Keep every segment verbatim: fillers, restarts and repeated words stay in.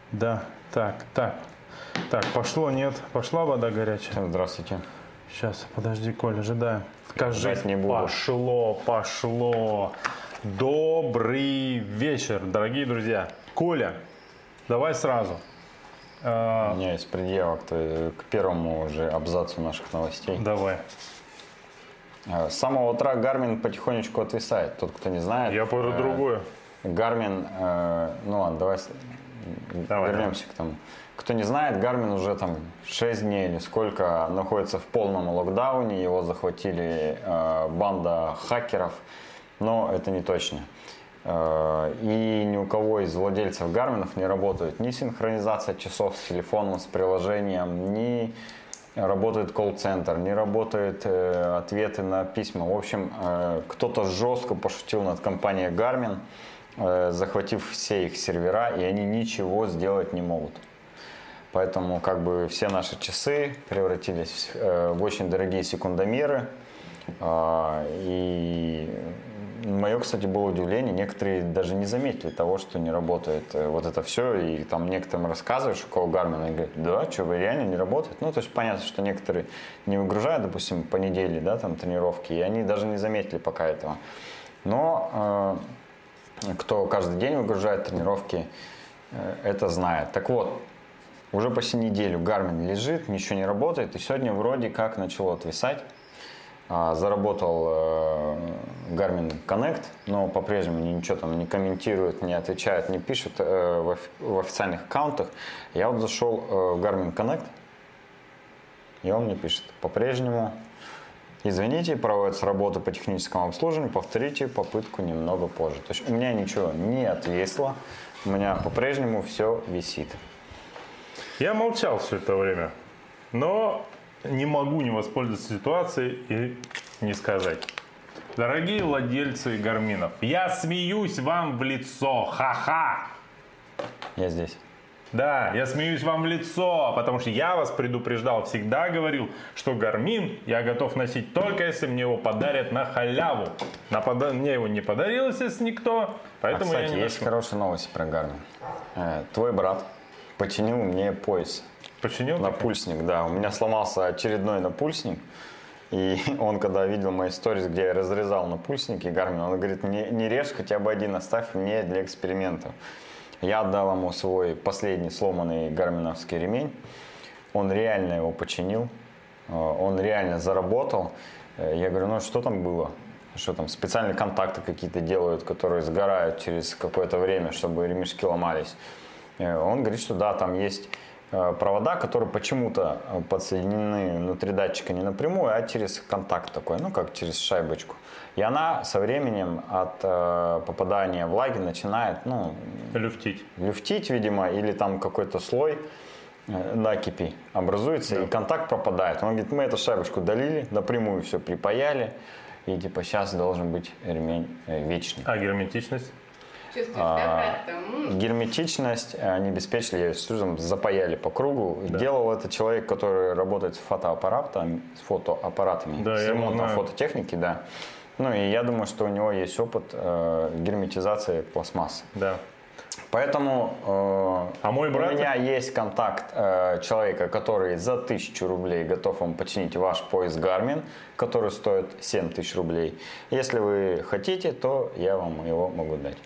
Да, так, так. Так, пошло, нет? Пошла вода горячая? Здравствуйте. Сейчас, подожди, Коль, ожидаем. Скажи, Ждать не буду. пошло, пошло. Добрый вечер, дорогие друзья. Коля, давай сразу. У меня есть предъява к, к первому уже абзацу наших новостей. Давай. С самого утра Garmin потихонечку отвисает. Тот, кто не знает. Я про э, другое. Garmin, э, ну ладно, давай, Давай, вернемся к тому. Кто не знает, Garmin уже там шесть дней или сколько находится в полном локдауне. Его захватили э, банда хакеров, но это не точно. Э, и ни у кого из владельцев Гарминов не работает ни синхронизация часов с телефоном, с приложением, ни работает колл-центр, не работают э, ответы на письма. В общем, э, кто-то жестко пошутил над компанией Garmin, э, захватив все их сервера, и они ничего сделать не могут. Поэтому как бы все наши часы превратились э, в очень дорогие секундомеры. Э, и мое, кстати, было удивление. Некоторые даже не заметили того, что не работает э, вот это все. И там некоторым рассказываешь, у кого Garmin, и говорят, да, что, вы реально не работает? Ну, то есть понятно, что некоторые не выгружают, допустим, по неделе, да, там тренировки, и они даже не заметили пока этого. Но э, кто каждый день выгружает тренировки, э, это знает. Так вот, уже почти неделю Garmin лежит, ничего не работает, и сегодня вроде как начало отвисать. Заработал Garmin Connect, но по-прежнему ничего там не комментирует, не отвечает, не пишет в официальных аккаунтах. Я вот зашел в Garmin Connect, и он мне пишет: по-прежнему извините, проводится работа по техническому обслуживанию, повторите попытку немного позже. То есть у меня ничего не отвисло, у меня по-прежнему все висит. Я молчал все это время, но не могу не воспользоваться ситуацией и не сказать. Дорогие владельцы гарминов, я смеюсь вам в лицо, ха-ха! Я здесь. Да, я смеюсь вам в лицо, потому что я вас предупреждал, всегда говорил, что гармин я готов носить только если мне его подарят на халяву. На пода... Мне его не подарил, естественно, никто, поэтому а, кстати, я не есть ношу. хорошая новость про Garmin. Э, твой брат починил мне пояс. Починил? Напульсник, да. У меня сломался очередной напульсник. И он, когда видел мои сторис, где я разрезал напульсники Garmin, он говорит, не, не режь, хотя бы один оставь мне для экспериментов. Я отдал ему свой последний сломанный гарминовский ремень. Он реально его починил. Он реально заработал. Я говорю, ну что там было? Что там, специальные контакты какие-то делают, которые сгорают через какое-то время, чтобы ремешки ломались. Он говорит, что да, там есть провода, которые почему-то подсоединены внутри датчика не напрямую, а через контакт такой, ну как через шайбочку. И она со временем от э, попадания влаги начинает, ну, люфтить. люфтить, видимо, или там какой-то слой э, накипи образуется, да. И контакт пропадает. Он говорит, мы эту шайбочку долили, напрямую все припаяли, и типа сейчас должен быть ремень э, вечный. А герметичность? А, герметичность они обеспечили, я с Сюзом запаяли по кругу. Да. Делал это человек, который работает с фотоаппаратами, с фотоаппаратами, да, с ремонтом фототехники, да. Ну и я думаю, что у него есть опыт э, герметизации пластмассы. Да. Поэтому э, а мой брат... у меня есть контакт э, человека, который за тысячу рублей готов вам починить ваш пояс Garmin, который стоит семь тысяч рублей. Если вы хотите, то я вам его могу дать.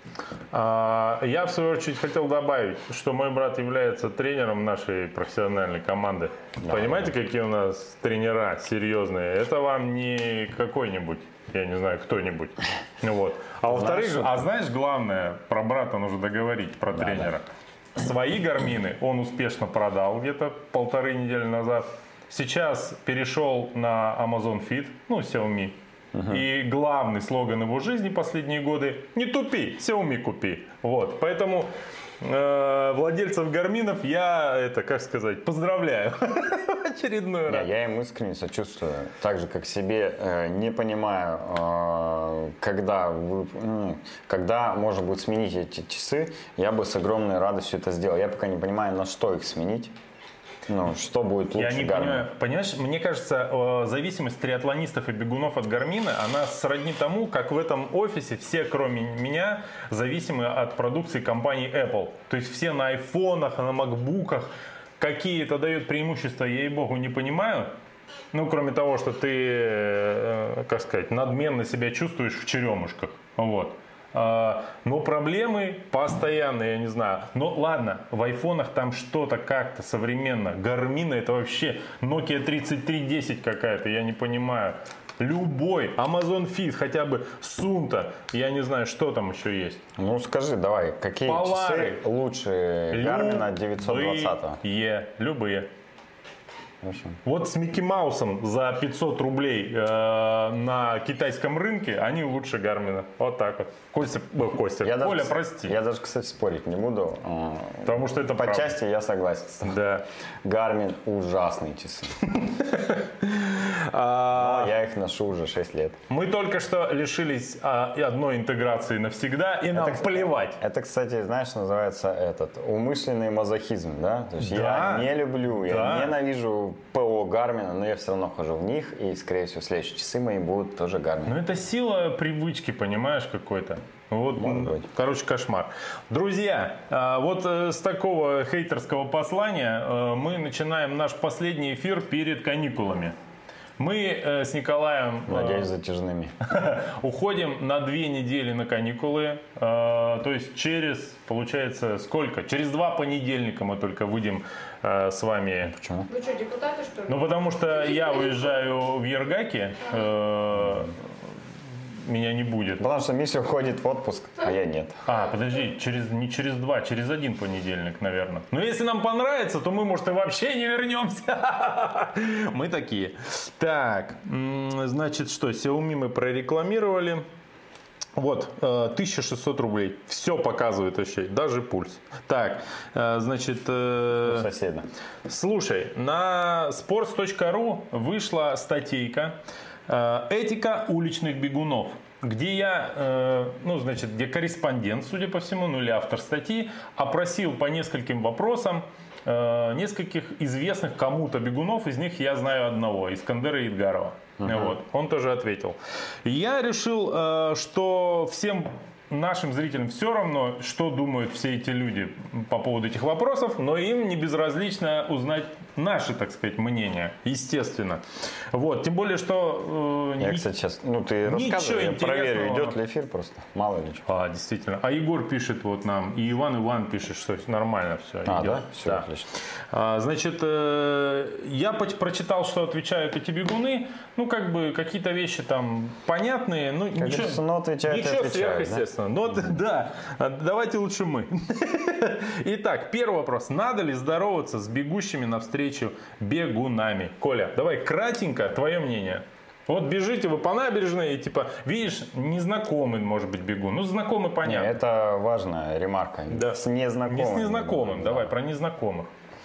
Я, в свою очередь, хотел добавить, что мой брат является тренером нашей профессиональной команды. Да, понимаете, да. Какие у нас тренера серьезные? Это вам не какой-нибудь, я не знаю, кто-нибудь. Вот. А во-вторых, а знаешь, главное, про брата нужно договорить, про да, тренера. Да. Свои гармины он успешно продал где-то полторы недели назад. Сейчас перешел на Amazon Fit, ну, Xiaomi. Uh-huh. И главный слоган его жизни последние годы — не тупи, Xiaomi купи. Вот, поэтому э, владельцев гарминов я, это, как сказать, поздравляю. Очередной раз. Я им искренне сочувствую. Так же, как себе, э, не понимаю, э, когда, вы, ну, когда можно будет сменить эти часы, я бы с огромной радостью это сделал. Я пока не понимаю, на что их сменить. ну, что будет лучше Я не Garmin? понимаю. Понимаешь, мне кажется, зависимость триатлонистов и бегунов от Гармина, она сродни тому, как в этом офисе все, кроме меня, зависимы от продукции компании Apple. То есть все на айфонах, на макбуках. Какие это дает преимущества, я, ей-богу, не понимаю. Ну, кроме того, что ты, как сказать, надменно себя чувствуешь в черемушках. Вот. Но проблемы постоянные, я не знаю. Но ладно, в айфонах там что-то как-то современно. Гармина это вообще Nokia тридцать три десять какая-то, я не понимаю. Любой, Amazon Fit, хотя бы Sunta, я не знаю, что там еще есть. Ну скажи, давай, какие Полары. часы лучше Garmin девятьсот двадцатого? Любые, любые. Хорошо. Вот с Микки Маусом за пятьсот рублей э, на китайском рынке они лучше Гармина. Вот так вот. Костя, э, Костя, Я Коля, даже, прости. Я даже, кстати, спорить не буду. Потому что это по правда. части я согласен с тобой. Да. Garmin ужасные часы. Но я их ношу уже шесть лет. Мы только что лишились а, одной интеграции навсегда, и нам Это, плевать. Это, кстати, знаешь, называется этот умышленный мазохизм, да? То есть Да. я не люблю, Да. я ненавижу ПО Гармина, но я все равно хожу в них, и, скорее всего, следующие часы мои будут тоже Garmin. Ну это сила привычки, понимаешь, какой-то. Вот, Может быть. короче, кошмар. Друзья, а, вот э, с такого хейтерского послания э, мы начинаем наш последний эфир перед каникулами. Мы э, с Николаем э, Надеюсь, затяжными. уходим на две недели на каникулы. Э, то есть через, получается, сколько? Через два понедельника мы только выйдем э, с вами. Почему? Вы что, депутаты, что ли? Ну, потому что я уезжаю в Ергаки. Э, меня не будет. Потому что Миша уходит в отпуск, а я нет. А, подожди, через, не через два, через один понедельник, наверное. Но если нам понравится, то мы, может, и вообще не вернемся. Мы такие. Так, м, значит, что, Xiaomi мы прорекламировали. Вот, э, тысяча шестьсот рублей. Все показывает вообще, даже пульс. Так, э, значит... э, У соседа. Слушай, на sports точка ру вышла статейка э, «Этика уличных бегунов», где я, э, ну, значит, где корреспондент, судя по всему, ну или автор статьи, опросил по нескольким вопросам э, нескольких известных кому-то бегунов, из них я знаю одного, Искандера Идгарова. Uh-huh. Вот, он тоже ответил. Я решил, э, что всем нашим зрителям все равно, что думают все эти люди по поводу этих вопросов, но им не безразлично узнать наши, так сказать, мнения, естественно. Вот, тем более, что... Э, Я, ни... кстати, сейчас... Ну, ты Ничего рассказывай, я проверю, интересного. идет ли эфир просто. Мало ли что. А, действительно. А Егор пишет вот нам, и Иван Иван пишет, что нормально все А, идет. да? Все, отлично. А, значит, э, я поч- прочитал, что отвечают эти бегуны. Ну, как бы, какие-то вещи там понятные. Ну, ничего, говорится, ну, отвечают и ничего отвечают, сверхъестественного. Но, да, давайте лучше мы. Итак, первый вопрос. Надо ли здороваться с бегущими навстречу бегунами? Коля, давай кратенько, твое мнение. Вот бежите вы по набережной и типа, видишь, незнакомый может быть бегун. Ну, знакомый понятно. Не, это важная ремарка. Да. С незнакомыми. Не с незнакомым, да. давай, про незнакомых.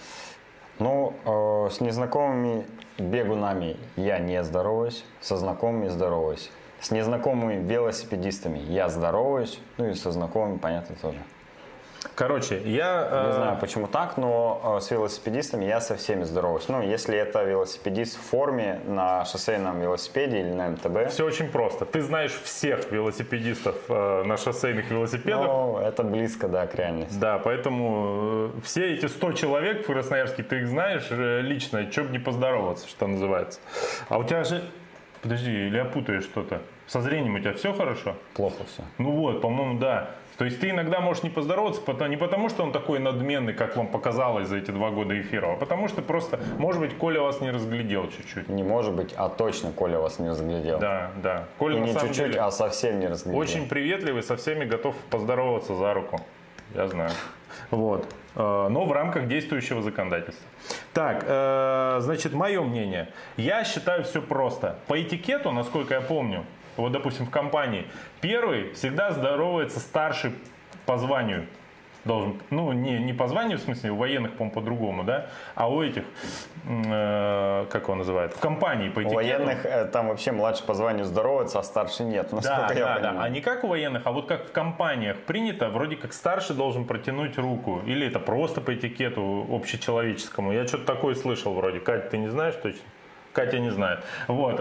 Ну, э, с незнакомыми бегунами я не здороваюсь, со знакомыми здороваюсь. С незнакомыми велосипедистами я здороваюсь, ну и со знакомыми, понятно, тоже. Короче, я... Не э, знаю, почему так, но э, с велосипедистами я со всеми здороваюсь. Ну, если это велосипедист в форме на шоссейном велосипеде или на эм тэ бэ. Все очень просто. Ты знаешь всех велосипедистов э, на шоссейных велосипедах. Ну, это близко, да, к реальности. Да, поэтому э, все эти сто человек в Красноярске, ты их знаешь э, лично, чё бы не поздороваться, что называется. А у тебя же... Подожди, или я путаю что-то? Со зрением у тебя все хорошо? Плохо все. Ну вот, по-моему, да. То есть ты иногда можешь не поздороваться, не потому что он такой надменный, как вам показалось за эти два года эфира, а потому что просто, может быть, Коля вас не разглядел чуть-чуть. Не может быть, а точно Коля вас не разглядел. Да, да. Коля И на не самом чуть-чуть, деле а совсем не разглядел. очень приветливый, со всеми готов поздороваться за руку. Я знаю. Вот. Но в рамках действующего законодательства. Так, значит, мое мнение. Я считаю все просто. По этикету, насколько я помню, вот, допустим, в компании, первый всегда здоровается старший по званию. должен, ну, не, не по званию, в смысле, у военных, по-моему, по-другому, да, а у этих, э, как его называют, в компании по этикету. У военных э, там вообще младший по званию здоровается, а старший нет, насколько да, я да, понимаю. Да, а не как у военных, а вот как в компаниях принято, вроде как старший должен протянуть руку, или это просто по этикету общечеловеческому. Я что-то такое слышал вроде. Катя, ты не знаешь точно? Катя не знает. Вот.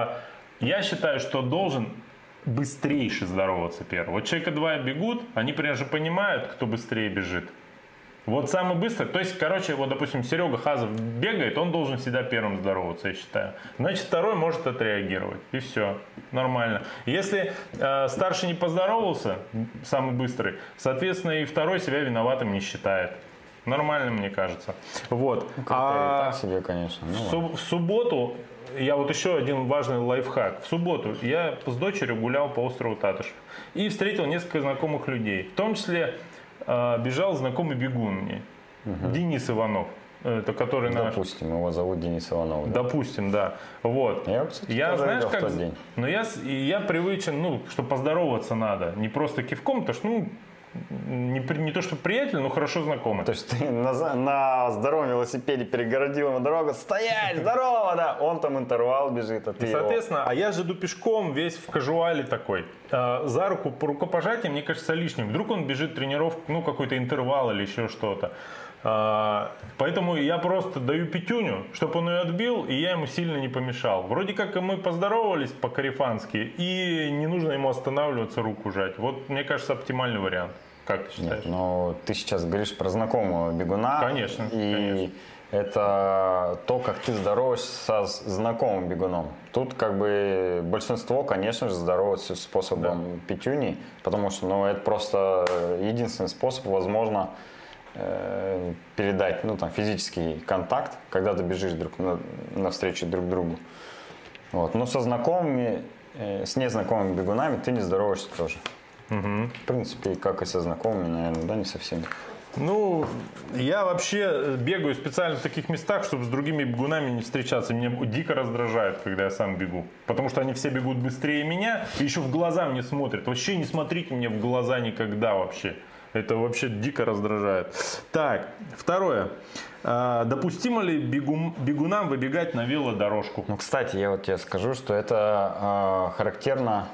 Я считаю, что должен быстрейший здороваться первый. Вот человека два бегут, они прям же понимают, кто быстрее бежит. Вот самый быстрый, то есть, короче, вот, допустим, Серега Хазов бегает, он должен всегда первым здороваться, я считаю. Значит, второй может отреагировать, и все, нормально. Если э, старший не поздоровался, самый быстрый, соответственно, и второй себя виноватым не считает. Нормально, мне кажется. Вот. Ну, а так себе, конечно. Ну, в, суб- в субботу, я вот еще один важный лайфхак. В субботу я с дочерью гулял по острову Татышев и встретил несколько знакомых людей. В том числе э, бежал знакомый бегун мне, угу. Денис Иванов. Это который Допустим, наш... его зовут Денис Иванов. Да? Допустим, да. Вот. Я, кстати, я знаешь, как... в тот день. Но я, я привычен, ну, что поздороваться надо. Не просто кивком, потому что, ну, Не, не то, что приятель, но хорошо знакомый. То есть ты на, на здоровом велосипеде перегородил ему дорогу, стоять, здорово, да, он там интервал бежит, а ты и, соответственно, его... а я же иду пешком весь в кажуале такой, э, за руку, по рукопожатию, мне кажется, лишним. Вдруг он бежит тренировку, ну, какой-то интервал или еще что-то. Э, поэтому я просто даю пятюню, чтобы он ее отбил, и я ему сильно не помешал. Вроде как мы поздоровались по-карифански, и не нужно ему останавливаться, руку жать. Вот, мне кажется, оптимальный вариант. Как ты считаешь? Нет, ну ты сейчас говоришь про знакомого бегуна. Конечно, и конечно. Это то, как ты здороваешься со знакомым бегуном. Тут как бы большинство, конечно же, здороваются способом да. пятюни, потому что ну, это просто единственный способ, возможно, э, передать ну, там, физический контакт, когда ты бежишь друг на, навстречу друг другу. Вот. Но со знакомыми, э, с незнакомыми бегунами ты не здороваешься тоже. Угу. В принципе, как и со знакомыми, наверное, да, не совсем. Ну, я вообще бегаю специально в таких местах, чтобы с другими бегунами не встречаться. Меня дико раздражает, когда я сам бегу. Потому что они все бегут быстрее меня и еще в глаза мне смотрят. Вообще не смотрите мне в глаза никогда вообще. Это вообще дико раздражает. Так, второе. Допустимо ли бегун, бегунам выбегать на велодорожку? Ну, кстати, я вот тебе скажу, что это э, характерно,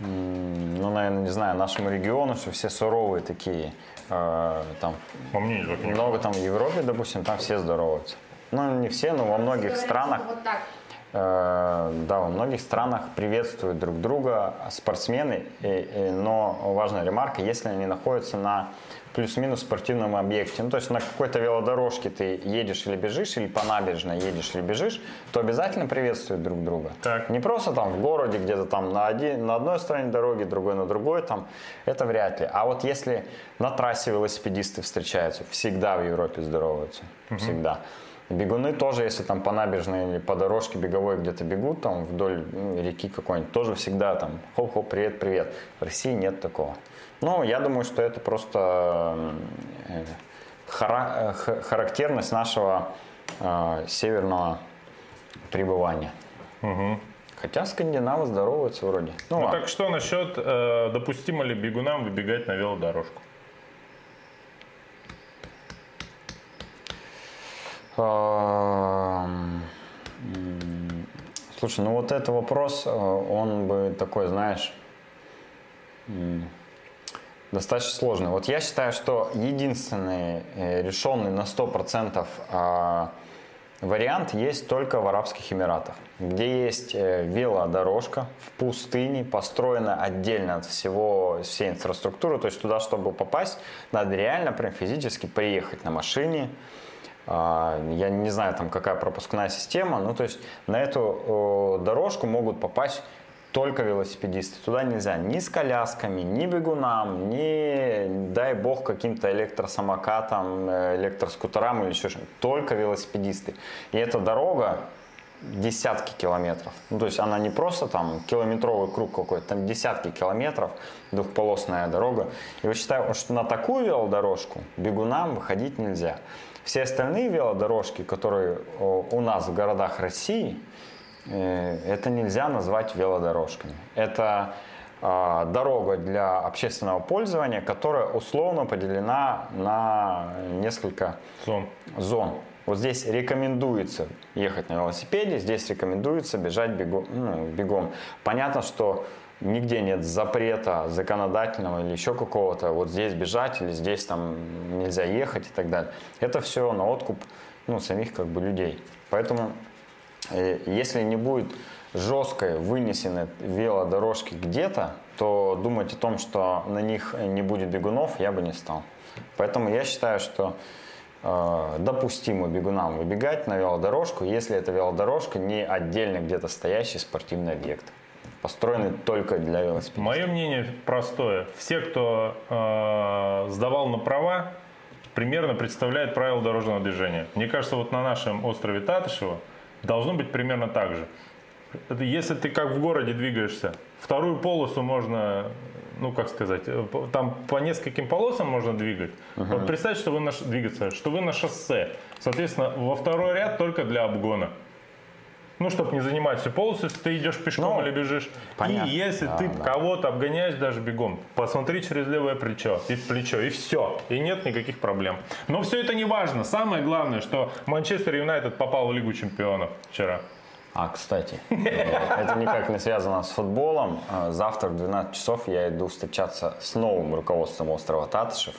ну, наверное, не знаю, нашему региону, что все суровые такие. Э, там мне много там в Европе, допустим, там все здороваются. Ну, не все, но во многих странах. Вот так. Э, да, во многих странах приветствуют друг друга спортсмены, и, и, но важная ремарка, если они находятся на плюс-минус спортивном объекте, ну то есть на какой-то велодорожке ты едешь или бежишь, или по набережной едешь или бежишь, то обязательно приветствуют друг друга. Так. Не просто там в городе, где-то там на, один, на одной стороне дороги, другой на другой, там, это вряд ли. А вот если на трассе велосипедисты встречаются, всегда в Европе здороваются, угу. всегда. Бегуны тоже, если там по набережной или по дорожке беговой где-то бегут, там вдоль ну, реки какой-нибудь, тоже всегда там хоп-хоп, привет-привет. В России нет такого. Ну, я думаю, что это просто э, хара- х- характерность нашего э, северного пребывания. Угу. Хотя скандинавы здороваются вроде. Ну, ну так что насчет, э, допустимо ли бегунам выбегать на велодорожку? Слушай, ну вот этот вопрос, он бы такой, знаешь, достаточно сложный. Вот я считаю, что единственный решенный на сто процентов вариант есть только в Арабских Эмиратах, где есть велодорожка в пустыне, построена отдельно от всего, всей инфраструктуры. То есть туда, чтобы попасть, надо реально прям физически приехать на машине. Я не знаю, там какая пропускная система, ну то есть на эту дорожку могут попасть только велосипедисты. Туда нельзя ни с колясками, ни бегунам, ни, дай бог, каким-то электросамокатам, электроскутерам или еще что-нибудь. Только велосипедисты. И эта дорога десятки километров. Ну то есть она не просто там километровый круг какой-то, там десятки километров, двухполосная дорога. И я считаю, что на такую велодорожку бегунам выходить нельзя. Все остальные велодорожки, которые у нас в городах России, это нельзя назвать велодорожками. Это э, дорога для общественного пользования, которая условно поделена на несколько зон. зон. Вот здесь рекомендуется ехать на велосипеде, здесь рекомендуется бежать бегом. Ну, бегом. Понятно, что нигде нет запрета законодательного или еще какого-то, вот здесь бежать или здесь там нельзя ехать и так далее. Это все на откуп, ну, самих как бы людей. Поэтому э, если не будет жесткой вынесены велодорожки где-то, то думать о том, что на них не будет бегунов, я бы не стал. Поэтому я считаю, что э, допустимо бегунам выбегать на велодорожку, если эта велодорожка не отдельно где-то стоящий спортивный объект, построенный только для велосипедистов. Мое мнение простое. Все, кто э, сдавал на права, примерно представляют правила дорожного движения. Мне кажется, вот на нашем острове Татышево должно быть примерно так же. Если ты как в городе двигаешься, вторую полосу можно, ну как сказать, там по нескольким полосам можно двигать. Uh-huh. Вот представь, что вы на, двигаться, что вы на шоссе. Соответственно, во второй ряд только для обгона. Ну, чтобы не занимать всю полосу, если ты идешь пешком ну, или бежишь. Понятно. И если да, ты да. кого-то обгоняешь даже бегом, посмотри через левое плечо и в плечо, и все. И нет никаких проблем. Но все это не важно. Самое главное, что Манчестер Юнайтед попал в Лигу чемпионов вчера. А, кстати, это никак не связано с футболом. Завтра в двенадцать часов я иду встречаться с новым руководством острова Татышев.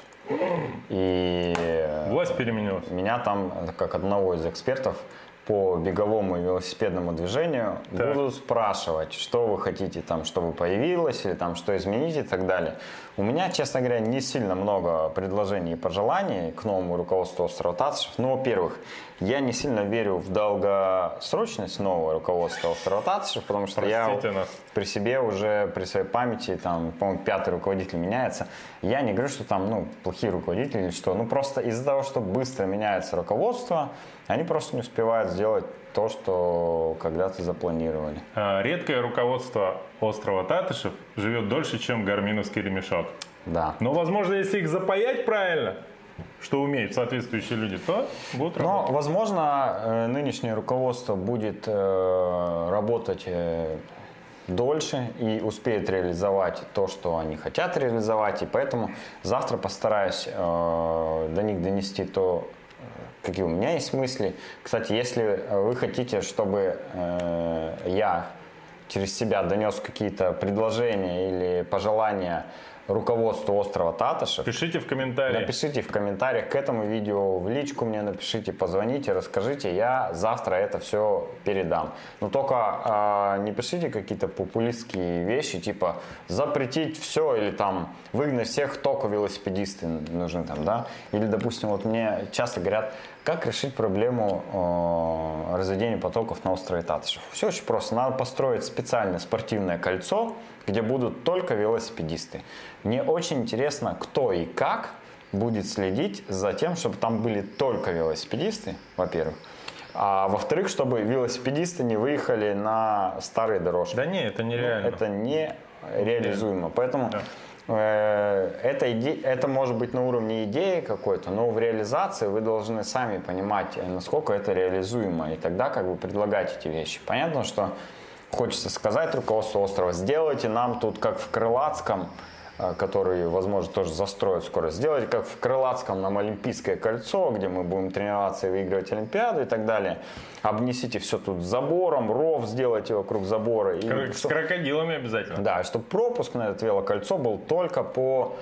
И власть переменилась. Меня там, как одного из экспертов по беговому и велосипедному движению, так. будут спрашивать, что вы хотите, там, чтобы появилось, или там, что изменить и так далее. У меня, честно говоря, не сильно много предложений и пожеланий к новому руководству острова Татышев. Ну, во-первых, я не сильно верю в долгосрочность нового руководства острова Татышев, потому что Простите я нас. при себе уже, при своей памяти, там, по-моему, пятый руководитель меняется. Я не говорю, что там, ну, плохие руководители или что. Ну, просто из-за того, что быстро меняется руководство, они просто не успевают сделать то, что когда-то запланировали. Редкое руководство острова Татышев живет дольше, чем гарминовский ремешок. Да. Но, возможно, если их запаять правильно, что умеют соответствующие люди, то будут работать. Но, возможно, нынешнее руководство будет работать дольше и успеет реализовать то, что они хотят реализовать. И поэтому завтра постараюсь до них донести то, какие у меня есть мысли. Кстати, если вы хотите, чтобы э, я через себя донес какие-то предложения или пожелания руководству острова Татышев, пишите в комментариях. Напишите в комментариях к этому видео, в личку мне напишите, позвоните, расскажите, я завтра это все передам. Но только э, не пишите какие-то популистские вещи, типа запретить все или там выгнать всех, только велосипедисты нужны там, да? Или, допустим, вот мне часто говорят, как решить проблему э, разведения потоков на острове Татышев. Все очень просто. Надо построить специальное спортивное кольцо, где будут только велосипедисты. Мне очень интересно, кто и как будет следить за тем, чтобы там были только велосипедисты, во-первых. А во-вторых, чтобы велосипедисты не выехали на старые дорожки. Да не, это нереально. Ну, это нереализуемо. Поэтому да. э, это, иде... это может быть на уровне идеи какой-то, но в реализации вы должны сами понимать, насколько это реализуемо. И тогда как бы предлагать эти вещи. Понятно, что хочется сказать руководству острова, сделайте нам тут как в Крылатском, который, возможно, тоже застроят скоро, сделайте как в Крылатском нам Олимпийское кольцо, где мы будем тренироваться и выигрывать Олимпиаду и так далее. Обнесите все тут забором, ров сделайте вокруг забора. И, с чтобы, крокодилами обязательно. Да, чтобы пропуск на это велокольцо был только по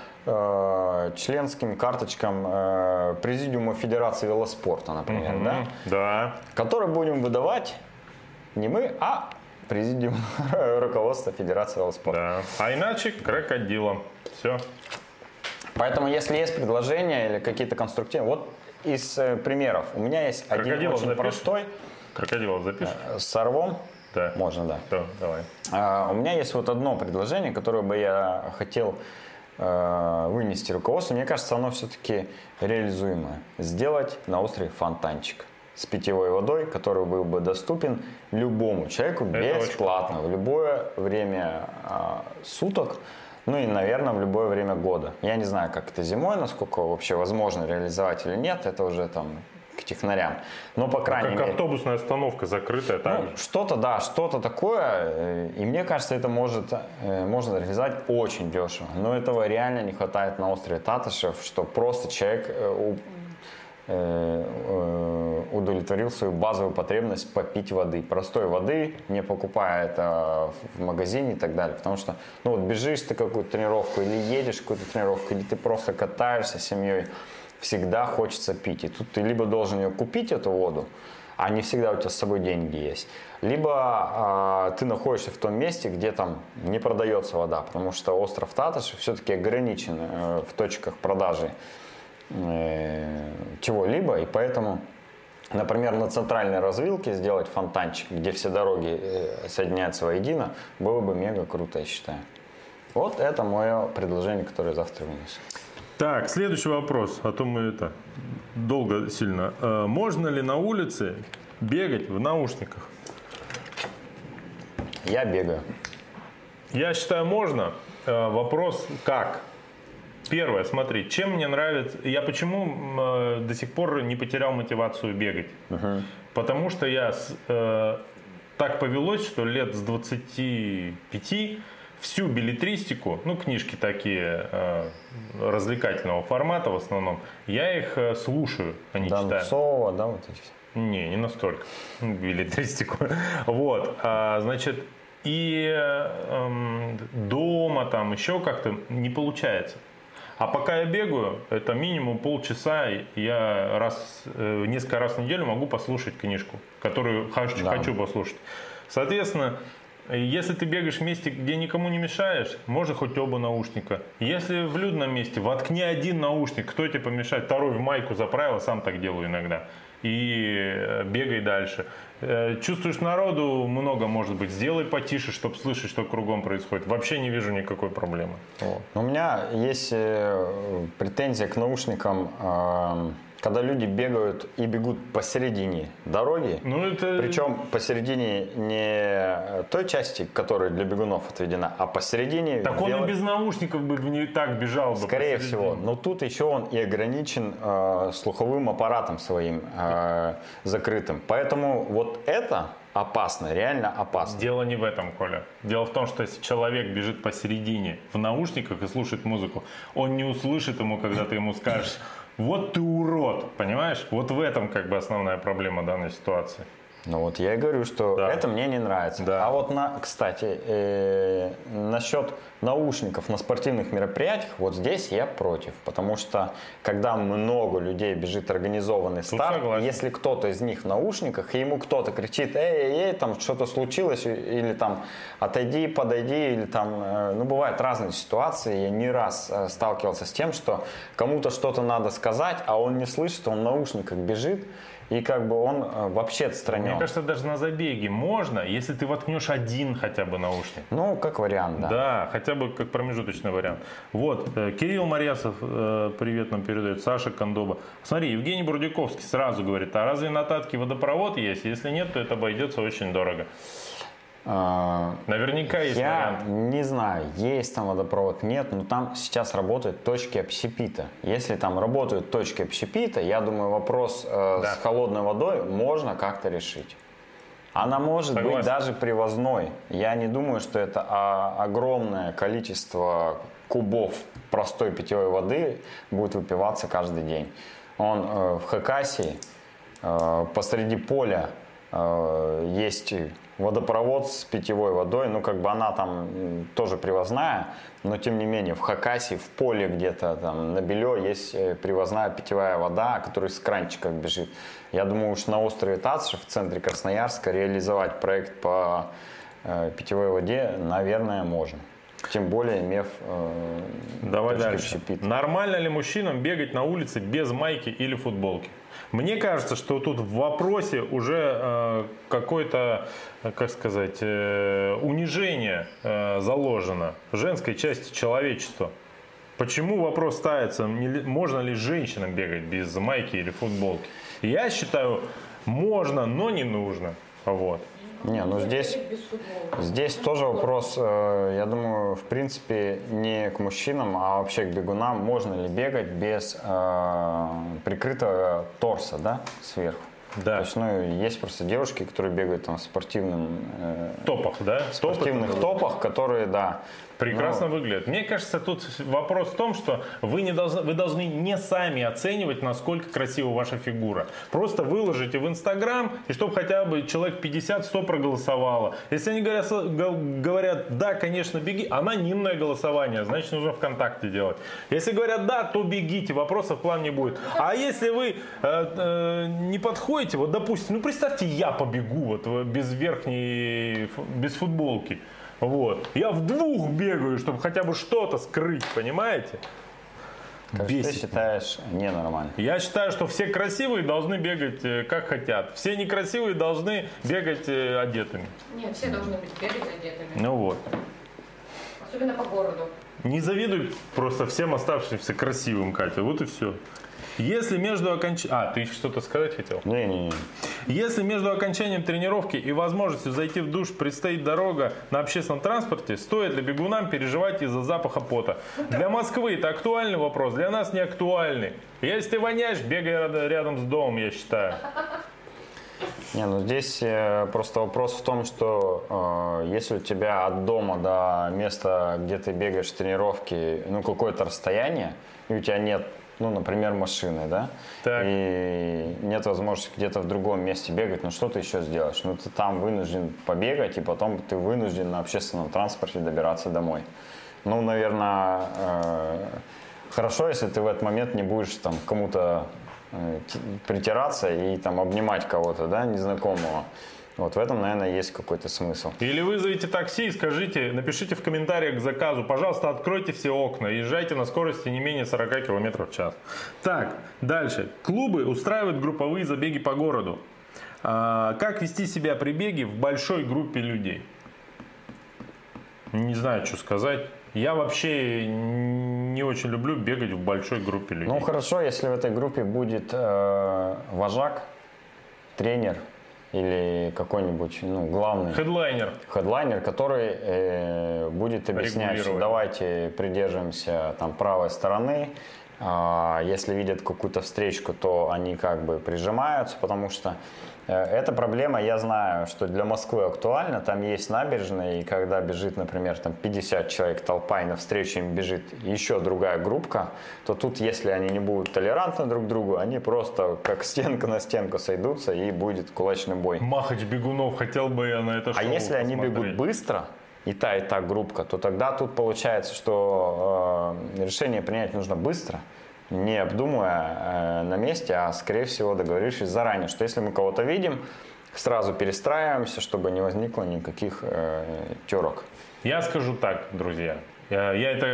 э, членским карточкам э, Президиума Федерации велоспорта, например, угу, да? Да. Который будем выдавать не мы, а Президиум руководства Федерации велоспорта. Да. А иначе крокодилом. Все. Поэтому, если есть предложения или какие-то конструктивы, вот из э, примеров. У меня есть один очень запишешь? простой. Крокодилов запишешь? Э, с рвом? Да. Можно, да. Да, давай. Э, у меня есть вот одно предложение, которое бы я хотел э, вынести руководству. Мне кажется, оно все-таки реализуемое. Сделать на острове фонтанчик с питьевой водой, который был бы доступен любому человеку бесплатно, в любое время а, суток, ну и, наверное, в любое время года. Я не знаю, как это зимой, насколько вообще возможно реализовать или нет, это уже там к технарям. Но, по крайней как мере... автобусная остановка закрытая. Ну, что-то, да, что-то такое. И мне кажется, это может, можно реализовать очень дешево. Но этого реально не хватает на острове Татышев, что просто человек удовлетворил свою базовую потребность попить воды. Простой воды, не покупая это в магазине и так далее. Потому что, ну вот бежишь ты какую-то тренировку, или едешь какую-то тренировку, или ты просто катаешься с семьей, всегда хочется пить. И тут ты либо должен ее купить, эту воду, а не всегда у тебя с собой деньги есть. Либо э, ты находишься в том месте, где там не продается вода, потому что остров Татышев все-таки ограничен э, в точках продажи чего-либо, и поэтому, например, на центральной развилке сделать фонтанчик, где все дороги соединяются воедино, было бы мега круто, я считаю. Вот это мое предложение, которое завтра вынесу. Так, следующий вопрос, а то мы это долго сильно. Можно ли на улице бегать в наушниках? Я бегаю. Я считаю, можно. Вопрос как? Первое, смотри, чем мне нравится, я почему э, до сих пор не потерял мотивацию бегать? Uh-huh. Потому что я э, так повелось, что лет с двадцати пяти всю беллетристику, ну книжки такие э, развлекательного формата в основном, я их э, слушаю, а не читаю. Донцова, да, вот эти все? Не, не настолько, беллетристику. Вот, а, значит, и э, дома там еще как-то не получается. А пока я бегаю, это минимум полчаса, я раз, несколько раз в неделю могу послушать книжку, которую хочу, да. хочу послушать. Соответственно, если ты бегаешь в месте, где никому не мешаешь, можно хоть оба наушника. Если в людном месте, воткни один наушник, кто тебе помешает, второй в майку заправил, сам так делаю иногда. И бегай дальше. Чувствуешь, народу много, может быть, сделай потише, чтобы слышать, что кругом происходит. Вообще не вижу никакой проблемы. Вот. У меня есть претензия к наушникам, когда люди бегают и бегут посередине дороги, ну, это... причем посередине не той части, которая для бегунов отведена, а посередине... Так он вело... и без наушников бы не так бежал бы. Скорее всего. Но тут еще он и ограничен э, слуховым аппаратом своим э, закрытым. Поэтому вот это опасно, реально опасно. Дело не в этом, Коля. Дело в том, что если человек бежит посередине в наушниках и слушает музыку, он не услышит ему, когда ты ему скажешь: вот ты урод, понимаешь? Вот в этом как бы основная проблема данной ситуации. Ну вот я и говорю, что да. это мне не нравится. Да. А вот, на, кстати, э, насчет наушников на спортивных мероприятиях, вот здесь я против. Потому что, когда много людей бежит организованный Тут старт, согласен. Если кто-то из них в наушниках, и ему кто-то кричит: эй, эй, эй, там что-то случилось, или там отойди, подойди, или там, э, ну бывают разные ситуации. Я не раз э, сталкивался с тем, что кому-то что-то надо сказать, а он не слышит, он в наушниках бежит. И как бы он э, вообще отстранен. Мне кажется, даже на забеге можно, если ты воткнешь один хотя бы наушник. Ну, как вариант, да. Да, хотя бы как промежуточный вариант. Вот, э, Кирилл Марьясов э, привет нам передает, Саша Кондоба. Смотри, Евгений Бурдюковский сразу говорит: а разве на Татке водопровод есть? Если нет, то это обойдется очень дорого. Наверняка есть Я вариант. не знаю, есть там водопровод, нет, но там сейчас работают точки общепита. Если там работают точки общепита, я думаю, вопрос э, да. с холодной водой можно как-то решить. Она может Согласен. быть даже привозной. Я не думаю, что это а, огромное количество кубов простой питьевой воды будет выпиваться каждый день. Он э, в Хакасии э, посреди поля э, есть водопровод с питьевой водой, ну как бы она там тоже привозная, но тем не менее в Хакасии, в поле где-то там на Белё есть привозная питьевая вода, которая с кранчиков бежит. Я думаю, что на острове Татышев в центре Красноярска реализовать проект по э, питьевой воде, наверное, можно. Тем более имев э, Давай дальше. Общепит. Нормально ли мужчинам бегать на улице без майки или футболки? Мне кажется, что тут в вопросе уже э, какое-то, как сказать, э, унижение э, заложено женской части человечества. Почему вопрос ставится, можно ли женщинам бегать без майки или футболки? Я считаю, можно, но не нужно. Вот. Не, ну здесь, здесь тоже вопрос, э, я думаю, в принципе, не к мужчинам, а вообще к бегунам. Можно ли бегать без э, прикрытого торса, да, сверху? Да. То есть, ну, есть просто девушки, которые бегают там в спортивном... Э, топах, да? В спортивных Топы. топах, которые, да. Прекрасно но... выглядят. Мне кажется, тут вопрос в том, что вы, не должны, вы должны не сами оценивать, насколько красива ваша фигура. Просто выложите в Инстаграм, и чтобы хотя бы человек пятьдесят-сто проголосовало. Если они говорят, говорят, да, конечно, беги, анонимное голосование, значит, нужно ВКонтакте делать. Если говорят, да, то бегите, вопросов к вам не будет. А если вы э, э, не подходите, вот, допустим, ну, представьте, я побегу вот без верхней, без футболки. Вот. Я в двух бегаю, чтобы хотя бы что-то скрыть, понимаете? Короче, ты считаешь ненормально? Я считаю, что все красивые должны бегать э, как хотят. Все некрасивые должны бегать э, одетыми. Нет, все должны быть бегать одетыми. Ну вот. Особенно по городу. Не завидуй просто всем оставшимся красивым, Катя. Вот и все. Если между окончанием... А, ты что-то сказать хотел? Не-не-не. Если между окончанием тренировки и возможностью зайти в душ предстоит дорога на общественном транспорте, стоит ли бегунам переживать из-за запаха пота? Для Москвы это актуальный вопрос, для нас не актуальный. Если ты воняешь, бегай рядом с домом, я считаю. Не, ну здесь э, просто вопрос в том, что э, если у тебя от дома до места, где ты бегаешь тренировки, ну какое-то расстояние, и у тебя нет, ну, например, машины, да, так. и нет возможности где-то в другом месте бегать, ну что ты еще сделаешь? Ну ты там вынужден побегать, и потом ты вынужден на общественном транспорте добираться домой. Ну, наверное, э, хорошо, если ты в этот момент не будешь там кому-то э, притираться и там обнимать кого-то, да, незнакомого. Вот в этом, наверное, есть какой-то смысл. Или вызовите такси и скажите, напишите в комментариях к заказу, пожалуйста, откройте все окна, езжайте на скорости не менее сорок километров в час. Так, дальше. Клубы устраивают групповые забеги по городу. А, как вести себя при беге в большой группе людей? Не знаю, что сказать. Я вообще не очень люблю бегать в большой группе людей. Ну хорошо, если в этой группе будет э, вожак, тренер, или какой-нибудь, ну, главный хедлайнер, хедлайнер, который э, будет объяснять, что давайте придерживаемся там правой стороны. А если видят какую-то встречку, то они как бы прижимаются, потому что э, эта проблема, я знаю, что для Москвы актуальна. Там есть набережная, и когда бежит, например, там пятьдесят человек толпа, и навстречу им бежит еще другая группка, то тут, если они не будут толерантны друг к другу, они просто как стенка на стенку сойдутся, и будет кулачный бой. Махач бегунов, хотел бы я на это шоу А если посмотреть. они бегут быстро, и та, и та группка, то тогда тут получается, что э, решение принять нужно быстро, не обдумывая э, на месте, а скорее всего договорившись заранее, что если мы кого-то видим, сразу перестраиваемся, чтобы не возникло никаких э, терок. Я скажу так, друзья. Я, я это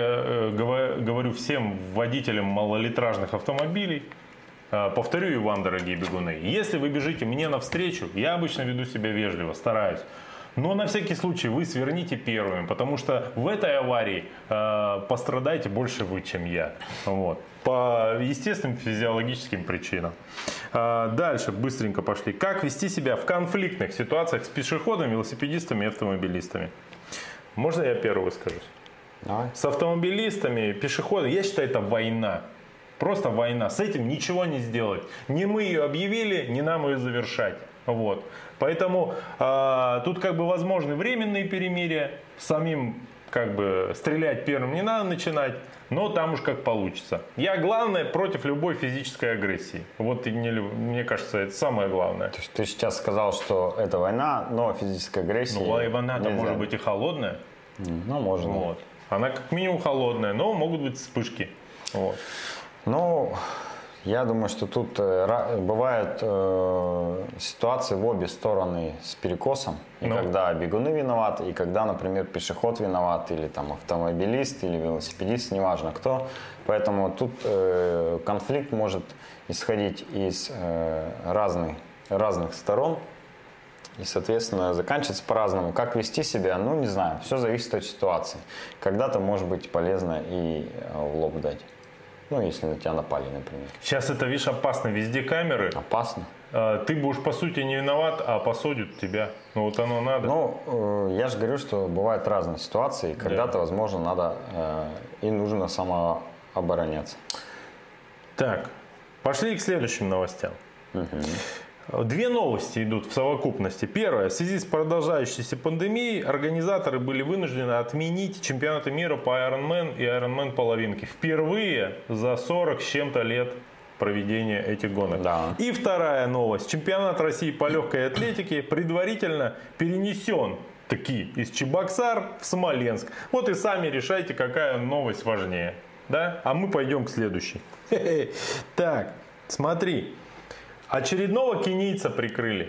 э, говорю всем водителям малолитражных автомобилей. Э, повторю и вам, дорогие бегуны. Если вы бежите мне навстречу, я обычно веду себя вежливо, стараюсь. Но на всякий случай вы сверните первыми, потому что в этой аварии э, пострадаете больше вы, чем я. Вот. По естественным физиологическим причинам. Э, дальше быстренько пошли. Как вести себя в конфликтных ситуациях с пешеходами, велосипедистами и автомобилистами? Можно я первый выскажусь? Давай. С автомобилистами, пешеходами, я считаю, это война. Просто война. С этим ничего не сделать. Не мы ее объявили, не нам ее завершать. Вот. Поэтому э, тут как бы возможны временные перемирия, самим как бы стрелять первым не надо начинать, но там уж как получится. Я, главное, против любой физической агрессии. Вот и не, мне кажется, это самое главное. То есть ты сейчас сказал, что это война, но физическая агрессия. Ну, война-то может быть и холодная. Ну, можно. Вот. Она как минимум холодная, но могут быть вспышки. Вот. Ну, я думаю, что тут э, бывают э, ситуации в обе стороны с перекосом. И ну. когда бегуны виноваты, и когда, например, пешеход виноват, или там автомобилист, или велосипедист, неважно кто. Поэтому тут э, конфликт может исходить из э, разных, разных сторон. И, соответственно, заканчиваться по-разному. Как вести себя, ну, не знаю. Все зависит от ситуации. Когда-то может быть полезно и в лоб дать. Ну, если на тебя напали, например. Сейчас это, видишь, опасно. Везде камеры. Опасно. Ты будешь, по сути, не виноват, а посадят тебя. Ну, вот оно надо. Ну, я же говорю, что бывают разные ситуации. Когда-то, да. возможно, надо э, и нужно самообороняться. Так, пошли к следующим новостям. Угу. Две новости идут в совокупности. Первое. В связи с продолжающейся пандемией организаторы были вынуждены отменить чемпионаты мира по Ironman и Ironman половинки. Впервые за сорок с чем-то лет проведения этих гонок. Да. И вторая новость. Чемпионат России по легкой атлетике предварительно перенесен таки из Чебоксар в Смоленск. Вот и сами решайте, какая новость важнее. Да? А мы пойдем к следующей. Так, смотри. Очередного кенийца прикрыли.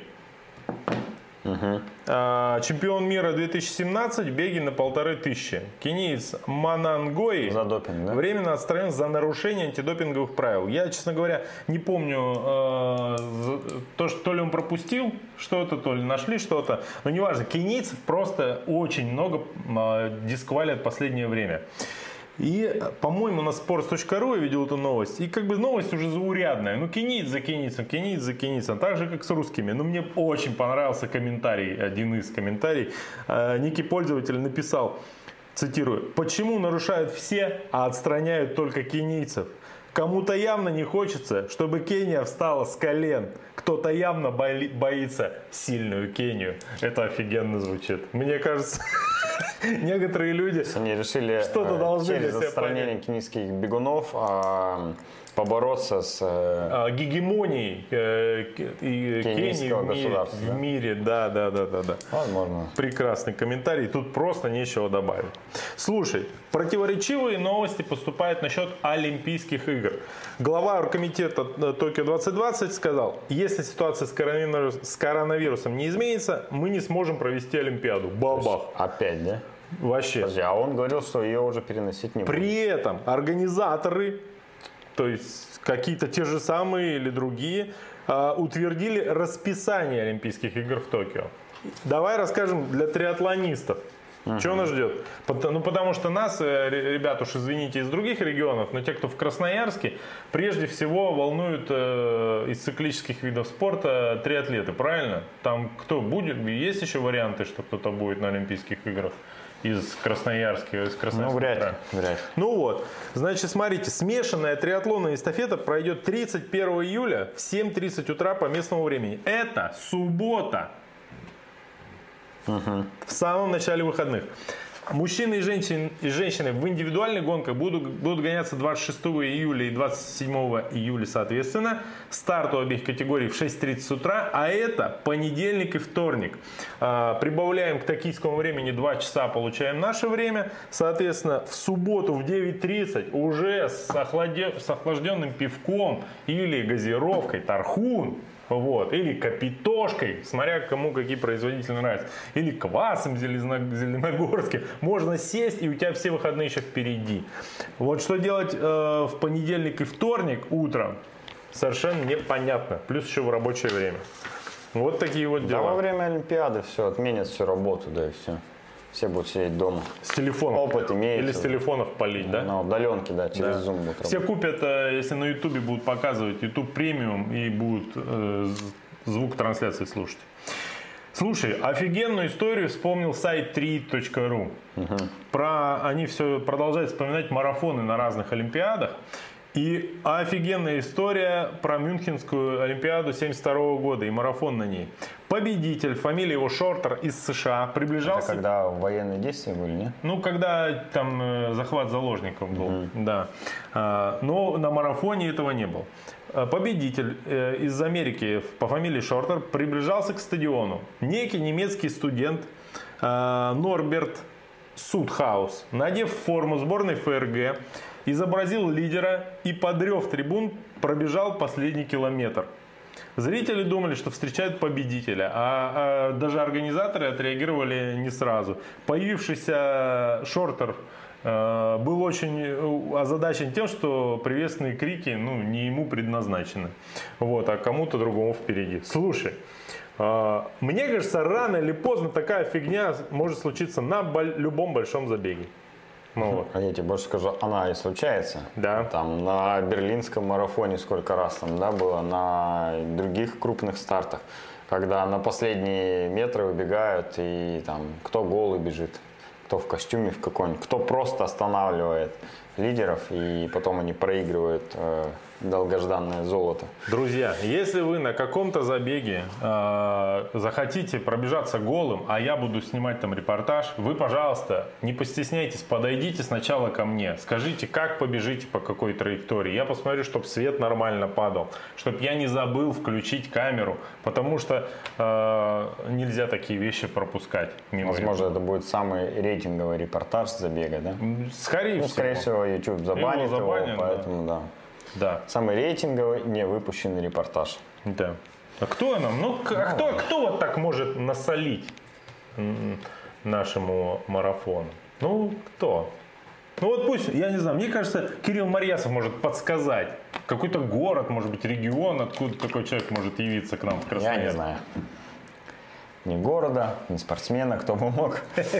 Угу. А, чемпион мира две тысячи семнадцать, беги на полторы тысячи. Кениец Манангои за допинг, да? временно отстранен за нарушение антидопинговых правил. Я, честно говоря, не помню, э, то, что то ли он пропустил что-то, то ли нашли что-то. Но неважно, кенийцев просто очень много э, дисквалят в последнее время. И, по-моему, на спортс точка ру я видел эту новость. И как бы новость уже заурядная. Ну, кенийц за кенийцем, кенийц за кенийцем. Так же, как с русскими. Но мне очень понравился комментарий, один из комментариев. Некий пользователь написал, цитирую: «Почему нарушают все, а отстраняют только кенийцев? Кому-то явно не хочется, чтобы Кения встала с колен. Кто-то явно бои- боится сильную Кению». Это офигенно звучит. Мне кажется, некоторые люди они решили что-то должны через отстранение кенийских бегунов а, побороться с а, гегемонией э, и Кении в мире, в мире. Да, да, да, да, да. Возможно. Прекрасный комментарий. Тут просто нечего добавить. Слушай, противоречивые новости поступают насчет Олимпийских игр. Глава оргкомитета Токио двадцать двадцать сказал: если ситуация с коронавирусом, с коронавирусом не изменится, мы не сможем провести Олимпиаду. Бабах. Опять, да? Вообще. Подожди, а он говорил, что ее уже переносить не будет. При этом организаторы, то есть какие-то те же самые или другие, утвердили расписание Олимпийских игр в Токио. Давай расскажем для триатлонистов. Uh-huh. Что нас ждет? Ну, потому что нас, ребят, уж извините, из других регионов, но те, кто в Красноярске, прежде всего волнуют э, из циклических видов спорта триатлеты, правильно? Там кто будет? Есть еще варианты, что кто-то будет на Олимпийских играх из Красноярска? Из Красноярска, ну, вряд ли, вряд ли. Ну вот, значит, смотрите, смешанная триатлонная эстафета пройдет тридцать первого июля в семь тридцать утра по местному времени. Это суббота. Угу. В самом начале выходных. Мужчины и женщины, и женщины в индивидуальных гонках будут, будут гоняться двадцать шестого июля и двадцать седьмого июля соответственно. Старт у обеих категорий в шесть тридцать утра, а это понедельник и вторник. А, прибавляем к токийскому времени два часа, получаем наше время. Соответственно, в субботу в девять тридцать уже с, охладе, с охлажденным пивком или газировкой тархун. Вот. Или капитошкой, смотря кому какие производители нравятся. Или квасом зеленогорским. Можно сесть, и у тебя все выходные еще впереди. Вот что делать э, в понедельник и вторник утром, совершенно непонятно. Плюс еще в рабочее время. Вот такие вот дела. Да, во время Олимпиады все, отменят всю работу, да и все. Все будут сидеть дома. С телефонов. Опыт имеется. Или с телефонов палить, да? На удаленке, да, через да. Zoom будут Все работать. купят, если на Ютубе будут показывать YouTube премиум и будут э, звук трансляции слушать. Слушай, офигенную историю вспомнил сайт три точка ру. Угу. Про, они все продолжают вспоминать марафоны на разных олимпиадах. И офигенная история про Мюнхенскую олимпиаду семьдесят второго года и марафон на ней. Победитель, фамилия его Шортер, из США, приближался... Это когда военные действия были, нет? Ну, когда там э, захват заложников был, mm-hmm. да. А, но на марафоне этого не было. Победитель э, из Америки по фамилии Шортер приближался к стадиону. Некий немецкий студент э, Норберт Судхаус, надев форму сборной ФРГ, изобразил лидера и под рев трибун пробежал последний километр. Зрители думали, что встречают победителя, а, а даже организаторы отреагировали не сразу. Появившийся Шортер э, был очень озадачен тем, что приветственные крики ну, не ему предназначены, вот, а кому-то другому впереди. Слушай, э, мне кажется, рано или поздно такая фигня может случиться на боль- любом большом забеге. Ну, вот. А я тебе больше скажу, она и случается. Да. Там на берлинском марафоне сколько раз там, да, было, на других крупных стартах, когда на последние метры выбегают и там кто голый бежит, кто в костюме в каком-нибудь, кто просто останавливает лидеров, и потом они проигрывают э, долгожданное золото. Друзья, если вы на каком-то забеге э, захотите пробежаться голым, а я буду снимать там репортаж, вы, пожалуйста, не постесняйтесь, подойдите сначала ко мне, скажите, как побежите, по какой траектории. Я посмотрю, чтобы свет нормально падал, чтобы я не забыл включить камеру, потому что э, нельзя такие вещи пропускать мимо. Возможно, это будет самый рейтинговый репортаж с забега, да? Скорее Ну, всего. скорее всего, YouTube забанит его, забанят, поэтому да. Да. Самый рейтинговый, не выпущенный репортаж. Да. А кто нам? Ну, к- а кто, кто вот так может насолить м, нашему марафону? Ну, кто? Ну вот пусть, я не знаю, мне кажется, Кирилл Марьясов может подсказать. Какой-то город, может быть, регион, откуда такой человек может явиться к нам в Я Красноярск. не знаю. Ни города, ни спортсмена, кто бы мог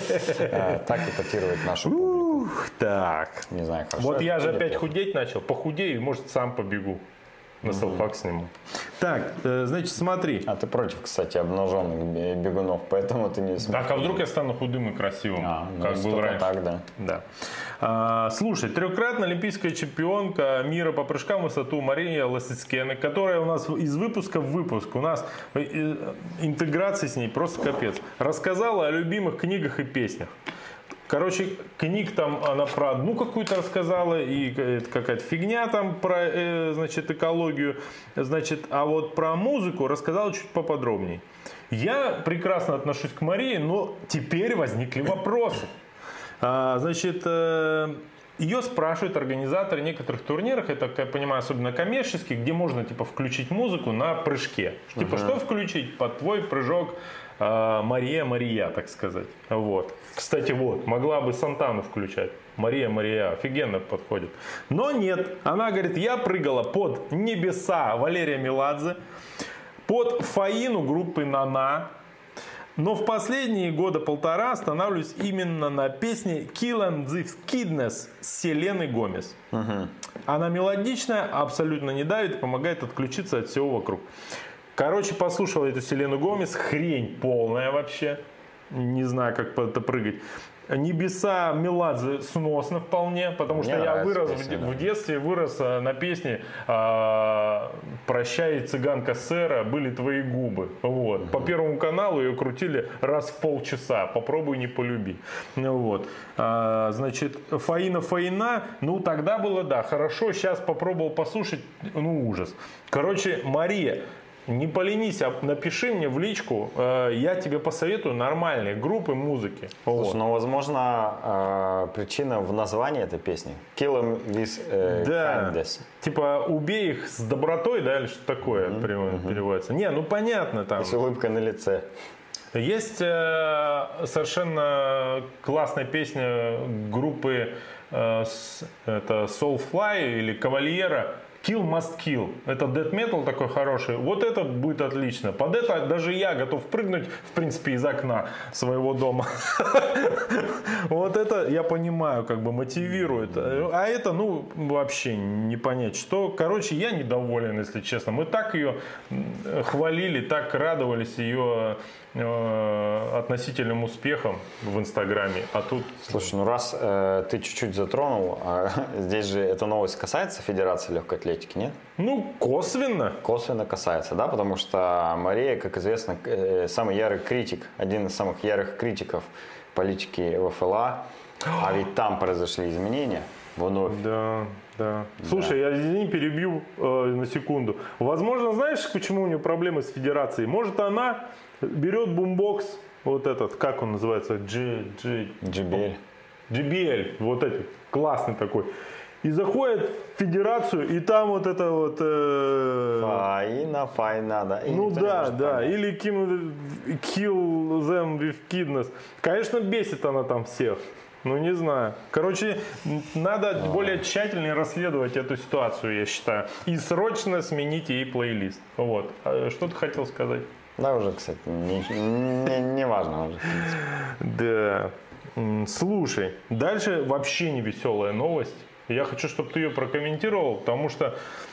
э, так эпатировать нашу публику. Ух, так. Не знаю, хорошо. Вот это я же или опять плохо. худеть начал. Похудею, может, сам побегу. На селфак сниму. Так, э, значит, смотри. А ты против, кстати, обнаженных бе- бегунов, поэтому ты не Так, а вдруг я стану худым и красивым, А, ну, как если был только раньше? так, да. Да. А, слушай, трехкратная олимпийская чемпионка мира по прыжкам в высоту Мария Лосицкена, которая у нас из выпуска в выпуск, у нас э, интеграция с ней просто капец, рассказала о любимых книгах и песнях. Короче, книг там она про одну какую-то рассказала, и это какая-то фигня там про, э, значит, экологию, значит, а вот про музыку рассказала чуть поподробнее. Я прекрасно отношусь к Марии, но теперь возникли вопросы. А, значит, э, ее спрашивают организаторы некоторых турниров, это, как я понимаю, особенно коммерческих, где можно типа включить музыку на прыжке. Типа, uh-huh. что включить под твой прыжок э, Мария Мария, так сказать. Вот. Кстати, вот, могла бы Сантану включать. Мария Мария, офигенно подходит. Но нет, она говорит, я прыгала под «Небеса» Валерия Меладзе, под «Фаину» группы «Нана». Но в последние года полтора останавливаюсь именно на песне «Kill and the Kidness» с Селеной Гомес. Угу. Она мелодичная, абсолютно не давит и помогает отключиться от всего вокруг. Короче, послушал эту Селену Гомес, хрень полная вообще. Не знаю, как это прыгать. «Небеса» Меладзе сносно вполне, потому Мне что я вырос песня, в, да. в детстве, вырос на песне а, «Прощай, цыганка сэра, были твои губы». Вот. Угу. По Первому каналу ее крутили раз в полчаса. Попробуй, не полюби. Вот. А, значит, «Фаина, Фаина», ну тогда было, да, хорошо, сейчас попробовал послушать, ну ужас. Короче, Мария, не поленись, а напиши мне в личку, э, я тебе посоветую нормальные группы музыки. Слушай, Вот. ну, возможно, э, причина в названии этой песни. Kill them with э, Да, kindness. типа убей их с добротой, да, или что такое Mm-hmm. перев- переводится. Не, ну понятно там. И с улыбкой на лице. Есть э, совершенно классная песня группы э, с, это Soulfly или Кавальера. Kill Must Kill. Это death metal такой хороший. Вот это будет отлично. Под это даже я готов прыгнуть, в принципе, из окна своего дома. Вот это, я понимаю, как бы мотивирует. А это, ну, вообще не понять, что. Короче, я недоволен, если честно. Мы так ее хвалили, так радовались ее относительным успехам в Инстаграме. А тут... Слушай, ну раз э, ты чуть-чуть затронул, э, здесь же эта новость касается Федерации легкой атлетики, нет? Ну, косвенно. Косвенно касается, да, потому что Мария, как известно, э, самый ярый критик, один из самых ярых критиков политики ВФЛА, а ведь там произошли изменения вновь. Да, да. Слушай, я извини, перебью э, на секунду. Возможно, знаешь, почему у нее проблемы с Федерацией? Может, она берет бумбокс, вот этот, как он называется, G, G, джей би эл. джей би эл, вот этот, классный такой. И заходит в Федерацию, и там вот это вот... Э, Фаина, файна, да. И ну никто не да, может да, понять. или kill, kill them with kidness. Конечно, бесит она там всех. Ну, не знаю. Короче, надо а. более тщательно расследовать эту ситуацию, я считаю. И срочно сменить ей плейлист. Вот. А что ты хотел сказать? Да, уже, кстати, не, не, не важно уже. Да. Слушай, дальше вообще не веселая новость. Я хочу, чтобы ты ее прокомментировал, потому что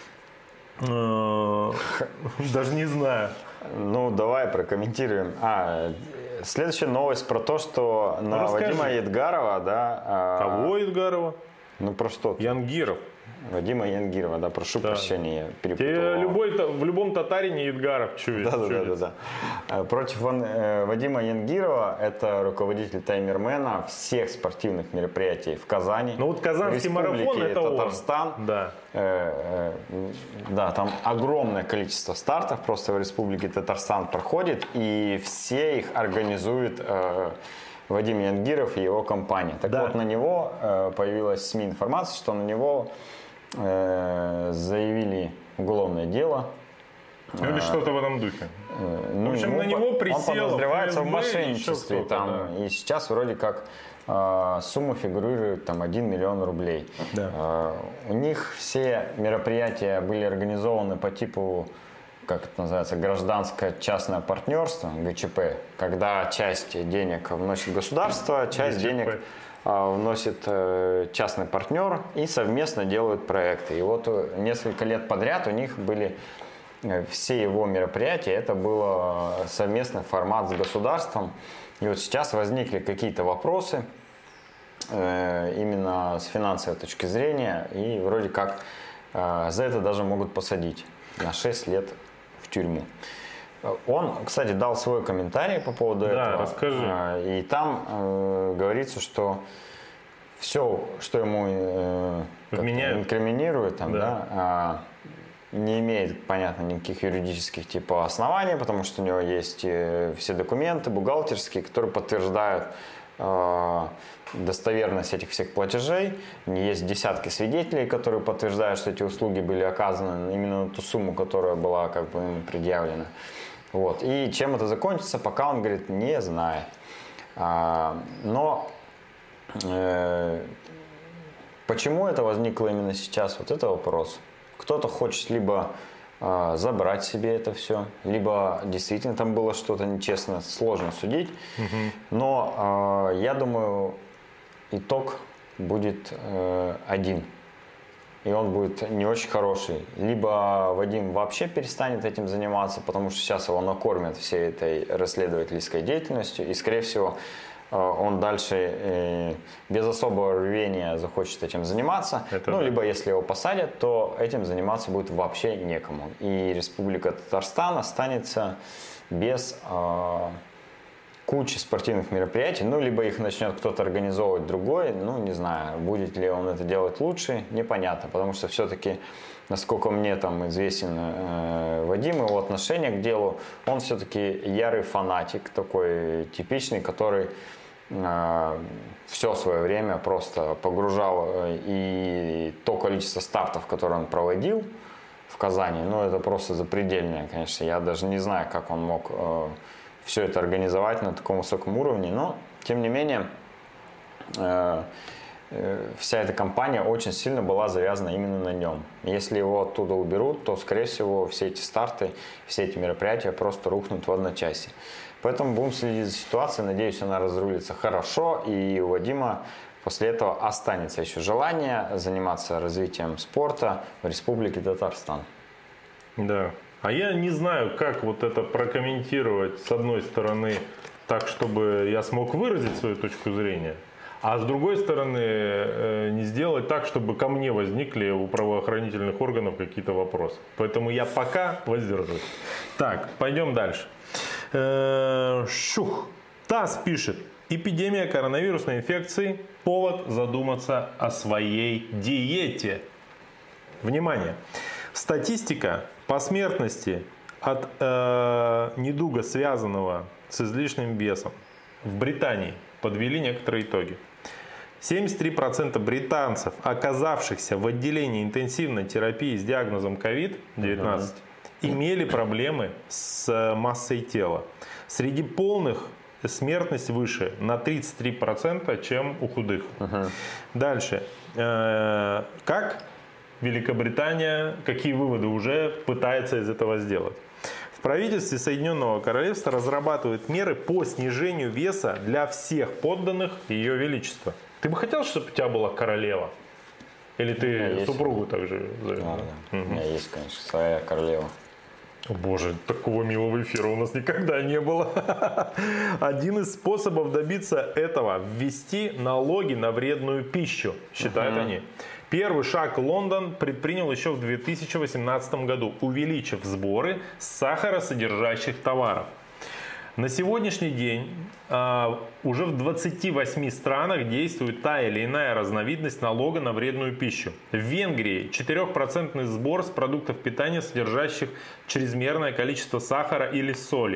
э, даже не знаю. Ну, давай прокомментируем. А, следующая новость про то, что на Расскажи. Вадима Едгарова, да... а, Кого Едгарова? Ну, про что? Янгиров. Вадима Янгирова, да, прошу Да. прощения, я перепутал. Тебе любой, в любом татарине Едгаров чует. Да, да, да, да, да. Против Ван- э, Вадима Янгирова, это руководитель таймермена всех спортивных мероприятий в Казани. Ну вот Казанский Республике марафон это Татарстан. он. Да. Э, э, да, там огромное количество стартов просто в Республике Татарстан проходит, и все их организует э, Вадим Янгиров и его компания. Так Да. вот, на него э, появилась в СМИ информация, что на него э, заявили уголовное дело. Ну, или что-то в этом духе. Э, В общем, ему на него по- присел Он подозревается в ФСБ, еще мошенничестве. кто-то, Там, да. И сейчас вроде как э, сумма фигурирует там один миллион рублей. Да. Э, у них все мероприятия были организованы по типу, как это называется, гражданское частное партнерство, ГЧП, когда часть денег вносит государство, часть ГЧП. денег э, вносит э, частный партнер и совместно делают проекты. И вот э, несколько лет подряд у них были э, все его мероприятия, это был э, совместный формат с государством. И вот сейчас возникли какие-то вопросы э, именно с финансовой точки зрения, и вроде как э, за это даже могут посадить на шесть лет в тюрьму. Он, кстати, дал свой комментарий по поводу Да, этого. расскажи. Э, И там э, говорится, что все, что ему э, как-то Вменяют. инкриминирует, там, Да. да, а, не имеет, понятно, никаких юридических типа оснований, потому что у него есть э, все документы бухгалтерские, которые подтверждают э, достоверность этих всех платежей. Есть десятки свидетелей, которые подтверждают, что эти услуги были оказаны именно на ту сумму, которая была как бы ему предъявлена. Вот. И чем это закончится, пока он говорит, не знает. А, но э, почему это возникло именно сейчас, вот это вопрос. Кто-то хочет либо э, забрать себе это все, либо действительно там было что-то нечестно, сложно судить. Но э, я думаю, итог будет э, один. И он будет не очень хороший. Либо Вадим вообще перестанет этим заниматься, потому что сейчас его накормят всей этой расследовательской деятельностью. И, скорее всего, э, он дальше э, без особого рвения захочет этим заниматься. Это ну, да. либо если его посадят, то этим заниматься будет вообще некому. И Республика Татарстан останется без э, кучи спортивных мероприятий. Ну, либо их начнет кто-то организовывать другой. Ну, не знаю, будет ли он это делать лучше, непонятно. Потому что все-таки, насколько мне там известен э, Вадим, его отношение к делу, он все-таки ярый фанатик, такой типичный, который э, все свое время просто погружал э, и то количество стартов, которые он проводил в Казани, ну, это просто запредельное, конечно. Я даже не знаю, как он мог э, все это организовать на таком высоком уровне, но, тем не менее, э, э, вся эта компания очень сильно была завязана именно на нем. Если его оттуда уберут, то, скорее всего, все эти старты, все эти мероприятия просто рухнут в одночасье. Поэтому будем следить за ситуацией, надеюсь, она разрулится хорошо, и у Вадима после этого останется еще желание заниматься развитием спорта в Республике Татарстан. Да. А я не знаю, как вот это прокомментировать с одной стороны так, чтобы я смог выразить свою точку зрения, а с другой стороны э, не сделать так, чтобы ко мне возникли у правоохранительных органов какие-то вопросы. Поэтому я пока воздержусь. Так, пойдем дальше. Э, Шух. ТАСС пишет. Эпидемия коронавирусной инфекции – повод задуматься о своей диете. Внимание! Статистика по смертности от э, недуга, связанного с излишним весом, в Британии подвели некоторые итоги. семьдесят три процента британцев, оказавшихся в отделении интенсивной терапии с диагнозом ковид девятнадцать, uh-huh. имели проблемы с массой тела. Среди полных смертность выше на тридцать три процента, чем у худых. Uh-huh. Дальше. Э, как Великобритания, какие выводы уже пытается из этого сделать? В В правительстве Соединенного Королевства разрабатывают меры по снижению веса для всех подданных Ее Величества. Ты бы хотел, чтобы у тебя была королева? Или ты супругу также зовешь? А, да. Угу. У меня есть, конечно, своя королева. О боже, такого милого эфира у нас никогда не было. Один из способов добиться этого – ввести налоги на вредную пищу, считают uh-huh. они. Первый шаг Лондон предпринял еще в две тысячи восемнадцатом году, увеличив сборы с сахаросодержащих товаров. На сегодняшний день а, уже в двадцати восьми странах действует та или иная разновидность налога на вредную пищу. В Венгрии четырёхпроцентный сбор с продуктов питания, содержащих чрезмерное количество сахара или соли.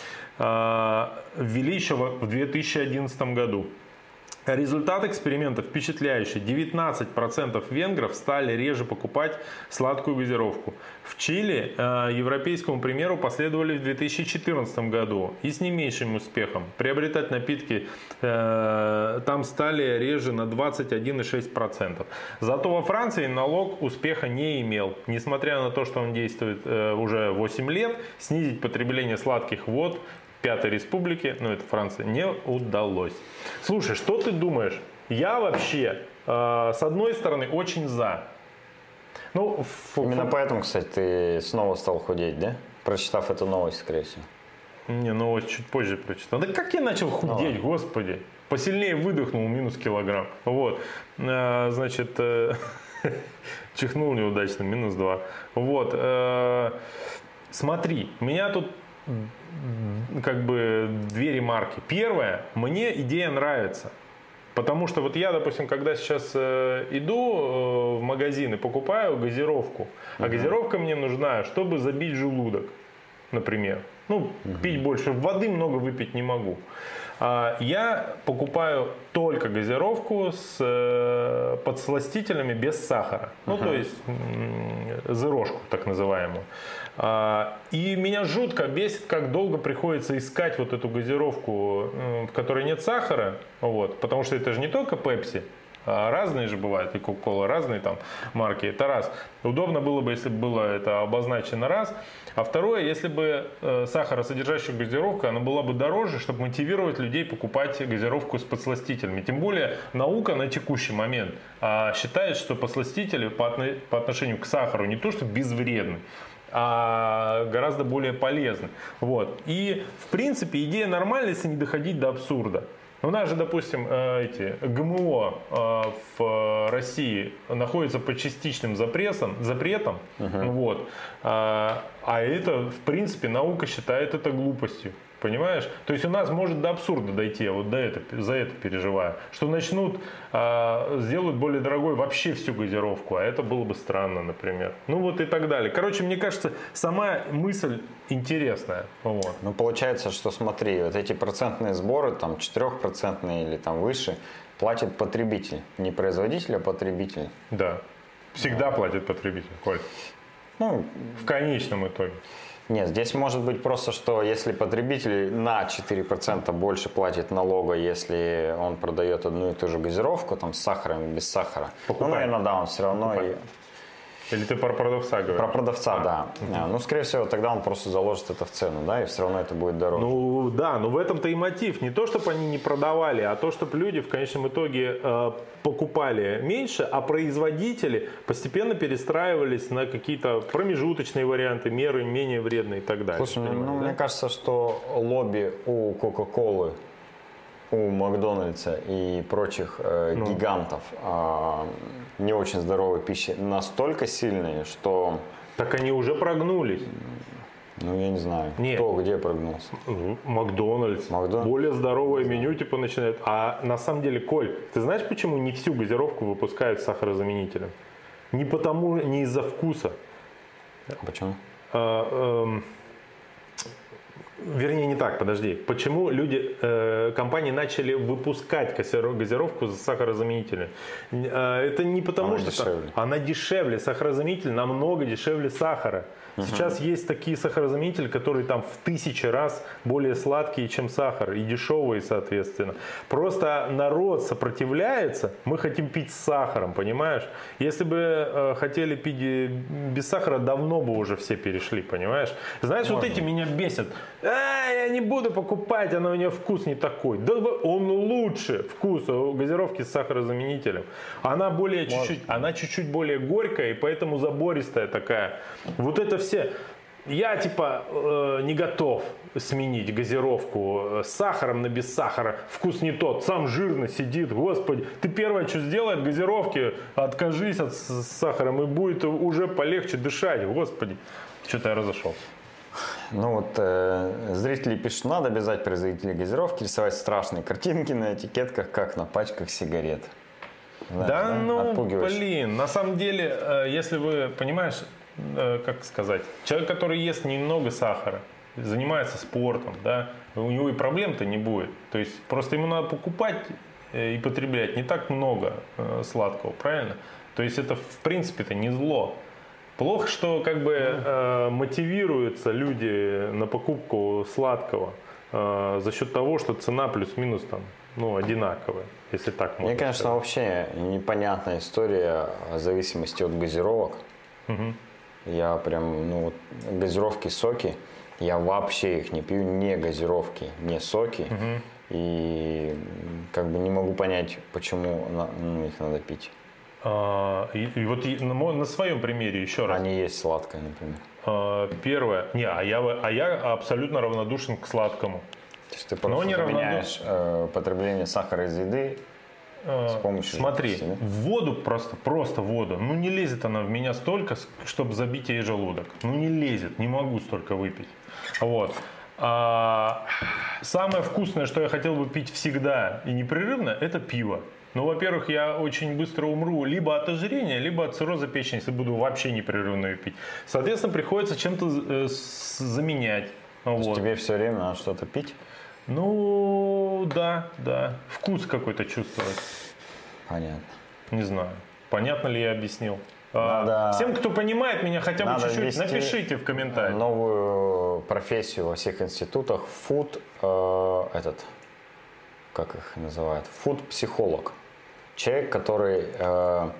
А, ввели еще в две тысячи одиннадцатом году. Результат эксперимента впечатляющий. девятнадцать процентов венгров стали реже покупать сладкую газировку. В Чили э, европейскому примеру последовали в две тысячи четырнадцатом году и с не меньшим успехом. Приобретать напитки э, там стали реже на двадцать один и шесть десятых процента. Зато во Франции налог успеха не имел. Несмотря на то, что он действует э, уже восемь лет, снизить потребление сладких вод Пятой Республики, ну это Франция, не удалось. Слушай, что ты думаешь? Я вообще, э, с одной стороны, очень за. Ну, фу, Именно фу. поэтому, кстати, ты снова стал худеть, да? Прочитав эту новость, скорее всего. Не, новость чуть позже прочитал. Да как я начал худеть, ну, господи. Посильнее выдохнул, минус килограмм. Вот, э, значит, э, чихнул неудачно, минус два. Вот, э, смотри, у меня тут как бы две ремарки. Первое, мне идея нравится. Потому что вот я, допустим, когда сейчас э, иду э, в магазин и покупаю газировку, uh-huh. а газировка мне нужна, чтобы забить желудок, например. Ну, uh-huh. пить больше, воды много выпить не могу. А, я покупаю только газировку с э, подсластителями без сахара. Uh-huh. Ну, то есть м- зерошку так называемую. И меня жутко бесит, как долго приходится искать вот эту газировку, в которой нет сахара, вот, потому что это же не только Пепси, а разные же бывают, и Кока-Кола, разные там марки, это раз. Удобно было бы, если бы было это обозначено раз. А второе, если бы э, сахаросодержащая газировка, она была бы дороже, чтобы мотивировать людей покупать газировку с подсластителями. Тем более наука на текущий момент а, считает, что подсластители по, отно- по отношению к сахару не то что безвредны, а гораздо более полезны. Вот. И, в принципе, идея нормальная, если не доходить до абсурда. У нас же, допустим, эти ГМО в России находятся под частичным запретом, запретом uh-huh. вот. а это, в принципе, наука считает это глупостью. Понимаешь? То есть у нас может до абсурда дойти, я вот до это, за это переживаю. Что начнут, а, сделают более дорогой вообще всю газировку, а это было бы странно, например. Ну вот и так далее. Короче, мне кажется, сама мысль интересная. Вот. Ну получается, что смотри, вот эти процентные сборы, там четырехпроцентные или там выше, платит потребитель. Не производитель, а потребитель. Да. Всегда платит потребитель, Коль. Ну, в конечном итоге. Нет, здесь может быть просто, что если потребитель на четыре процента больше платит налога, если он продает одну и ту же газировку, там с сахаром, без сахара, покупает. Ну, наверное, да, он все равно... И... Или ты про продавца говоришь? Про продавца, а. да. Угу. Ну, скорее всего, тогда он просто заложит это в цену, да, и все равно это будет дороже. Ну, да, но в этом-то и мотив. Не то, чтобы они не продавали, а то, чтобы люди в конечном итоге э, покупали меньше, а производители постепенно перестраивались на какие-то промежуточные варианты, меры менее вредные и так далее. Слушай, ну, да? Мне кажется, что лобби у Кока-Колы, у Макдональдса и прочих э, ну. гигантов э, не очень здоровой пищи настолько сильные, что... Так они уже прогнулись. Ну, я не знаю. Нет. Кто где прогнулся? Макдональдс. Макдональдс. Более здоровое меню типа начинает. А на самом деле, Коль, ты знаешь, почему не всю газировку выпускают с сахарозаменителем? Не потому, не из-за вкуса. Почему? А, эм, вернее, не, так, подожди. Почему люди, э, компании начали выпускать газировку с сахарозаменителем? Э, это не потому, она что дешевле. она дешевле. Сахарозаменитель намного дешевле сахара. Сейчас uh-huh. есть такие сахарозаменители, которые там в тысячи раз более сладкие, чем сахар, и дешевые, соответственно. Просто народ сопротивляется, мы хотим пить с сахаром, понимаешь? Если бы э, хотели пить без сахара, давно бы уже все перешли, понимаешь? Знаешь, Можно. Вот эти меня бесят. А, я не буду покупать, она у нее вкус не такой. Да он лучше вкус у газировки с сахарозаменителем. Она более Можно. чуть-чуть, она чуть-чуть более горькая, и поэтому забористая такая. Вот это все. Я типа э, не готов сменить газировку с сахаром на без сахара. Вкус не тот, сам жирно сидит. Господи, ты первое, что сделай от газировки, откажись от с сахаром, и будет уже полегче дышать. Господи, что-то я разошелся. Ну вот э, зрители пишут, надо обязать производителей газировки рисовать страшные картинки на этикетках, как на пачках сигарет. Знаешь, да, да, ну, блин, на самом деле, э, если вы, понимаешь, э, как сказать, человек, который ест немного сахара, занимается спортом, да, у него и проблем-то не будет. То есть просто ему надо покупать и потреблять не так много э, сладкого, правильно? То есть это в принципе-то не зло. Плохо, что как бы э, мотивируются люди на покупку сладкого э, за счет того, что цена плюс-минус там, ну, одинаковая, если так можно Мне, конечно, сказать. вообще непонятная история о зависимости от газировок. Угу. Я прям, ну, газировки, соки, я вообще их не пью, не газировки, не соки. Угу. И как бы не могу понять, почему на, ну, их надо пить. А, и, и вот на, на своем примере еще раз. Они есть сладкое, например. А, первое, не, а я, а я абсолютно равнодушен к сладкому. То есть ты просто не заменяешь э, потребление сахара из еды а, с помощью Смотри, жидкости, да? в воду просто, просто воду. Ну не лезет она в меня столько, чтобы забить ей желудок. Ну не лезет, не могу столько выпить. Вот. А, самое вкусное, что я хотел бы пить всегда и непрерывно, это пиво. Ну, во-первых, я очень быстро умру либо от ожирения, либо от цирроза печени, если буду вообще непрерывно ее пить. Соответственно, приходится чем-то э, заменять. Вот. Тебе все время надо что-то пить? Ну, да, да. Вкус какой-то чувствовать. Понятно. Не знаю, понятно ли я объяснил. Надо, Всем, кто понимает меня хотя бы чуть-чуть, напишите в комментариях. Новую профессию во всех институтах. Фуд, э, этот, как их называют? Фуд-психолог. Человек, который, э,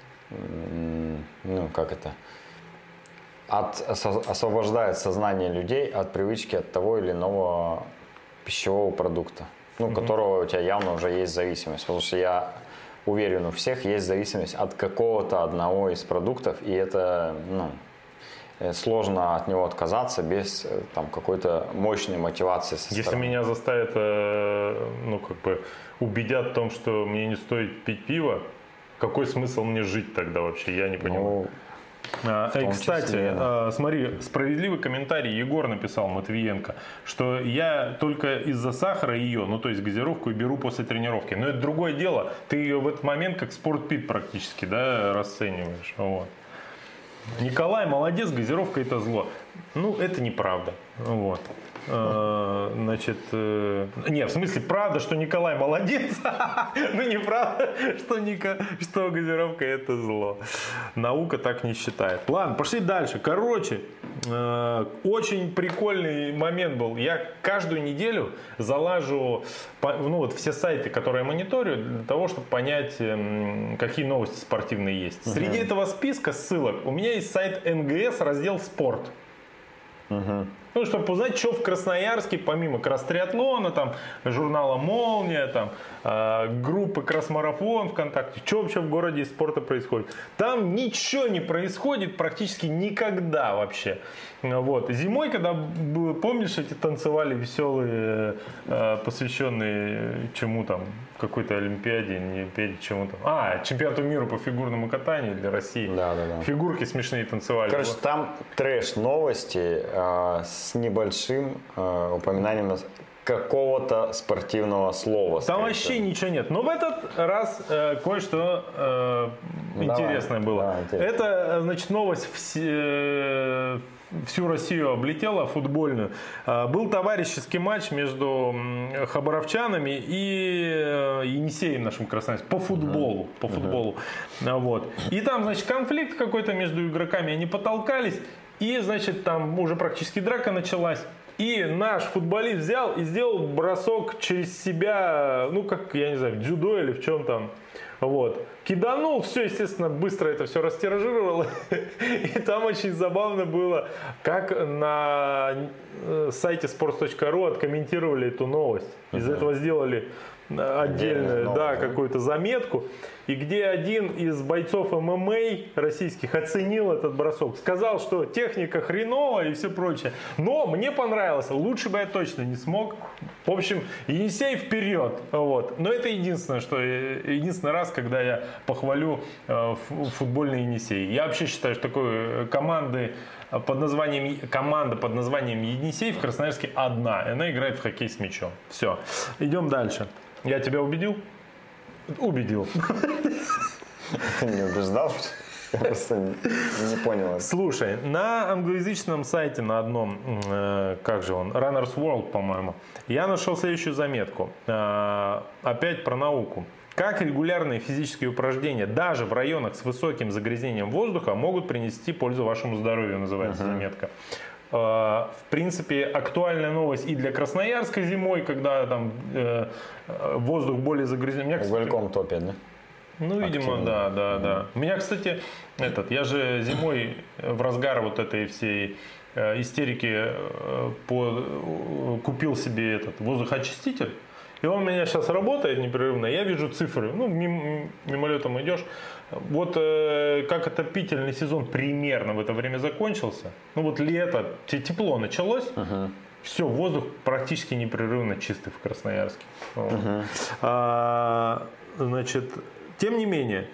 ну, как это, от, освобождает сознание людей от привычки от того или иного пищевого продукта, ну, mm-hmm. которого у тебя явно уже есть зависимость. Потому что я уверен, у всех есть зависимость от какого-то одного из продуктов, и это, ну, сложно от него отказаться без там, какой-то мощной мотивации со Если стороны. меня заставят, ну, как бы убедят в том, что мне не стоит пить пиво, какой смысл мне жить тогда вообще, я не понимаю. Ну, А, и, кстати, числе, да. смотри, справедливый комментарий Егор написал, Матвиенко, что я только из-за сахара ее, ну то есть газировку, и беру после тренировки. Но это другое дело, ты ее в этот момент как спортпит практически, да, расцениваешь. Вот. Николай, молодец, газировка это зло. Ну, это неправда. Вот. Значит, не, в смысле, правда, что Николай молодец, но неправда, что, Ника, что газировка это зло. Наука так не считает. Ладно, пошли дальше. Короче, очень прикольный момент был. Я каждую неделю залажу, ну, вот все сайты, которые я мониторю, для того, чтобы понять, какие новости спортивные есть. Среди этого списка ссылок у меня есть сайт эн гэ эс, раздел «Спорт». Угу. Ну, чтобы узнать, что в Красноярске, помимо кросс-триатлона, там, журнала «Молния», там, э, группы «Кросс-марафон» ВКонтакте, что вообще в городе из спорта происходит. Там ничего не происходит практически никогда вообще. Вот. Зимой, когда было, помнишь, эти танцевали веселые, э, посвященные чему там, какой-то Олимпиаде, не Олимпиаде, чему там. А, чемпионату мира по фигурному катанию для России. Да, да, да. Фигурки смешные танцевали. Короче, там трэш новости э, с небольшим э, упоминанием какого-то спортивного слова. Там вообще ничего нет. Но в этот раз э, кое-что э, интересное было. Давай, интересно. Это, значит, новость все, э, всю Россию облетела, футбольную. Э, был товарищеский матч между хабаровчанами и э, Енисеем, нашим красавцем, по футболу. Uh-huh. По футболу. Uh-huh. Вот. И там, значит, конфликт какой-то между игроками. Они потолкались. И, значит, там уже практически драка началась. И наш футболист взял и сделал бросок через себя, ну, как, я не знаю, в дзюдо или в чем там. Вот. Киданул, все, естественно, быстро это все растиражировало. И там очень забавно было, как на сайте спортс точка ру откомментировали эту новость. Из этого сделали отдельную, да, какую-то заметку. И где один из бойцов эм эм а российских оценил этот бросок. Сказал, что техника хреновая и все прочее. Но мне понравилось. Лучше бы я точно не смог. В общем, Енисей вперед. Вот. Но это единственное, что, единственный раз, когда я похвалю футбольный Енисей. Я вообще считаю, что такой команды под названием, команда под названием Енисей в Красноярске одна. И она играет в хоккей с мячом. Все. Идем дальше. Я тебя убедил? Убедил. Ты не убеждал? Я просто не понял. Слушай, на англоязычном сайте, на одном, э, как же он, Runner's World, по-моему, я нашел следующую заметку. Э, опять про науку. Как регулярные физические упражнения, даже в районах с высоким загрязнением воздуха, могут принести пользу вашему здоровью, называется uh-huh. заметка. В принципе, актуальная новость и для Красноярска зимой, когда там э, воздух более загрязнен. Угольком топят, да? Ну, видимо, активно. да, да, mm-hmm. да. У меня, кстати, этот, я же зимой в разгар вот этой всей э, истерики э, по, купил себе этот воздухоочиститель. И он у меня сейчас работает непрерывно, я вижу цифры, ну, мим, мимолетом идешь. Вот э, как отопительный сезон примерно в это время закончился. Ну вот лето, тепло началось, uh-huh. все, воздух практически непрерывно чистый в Красноярске. Uh-huh. А, значит, тем не менее,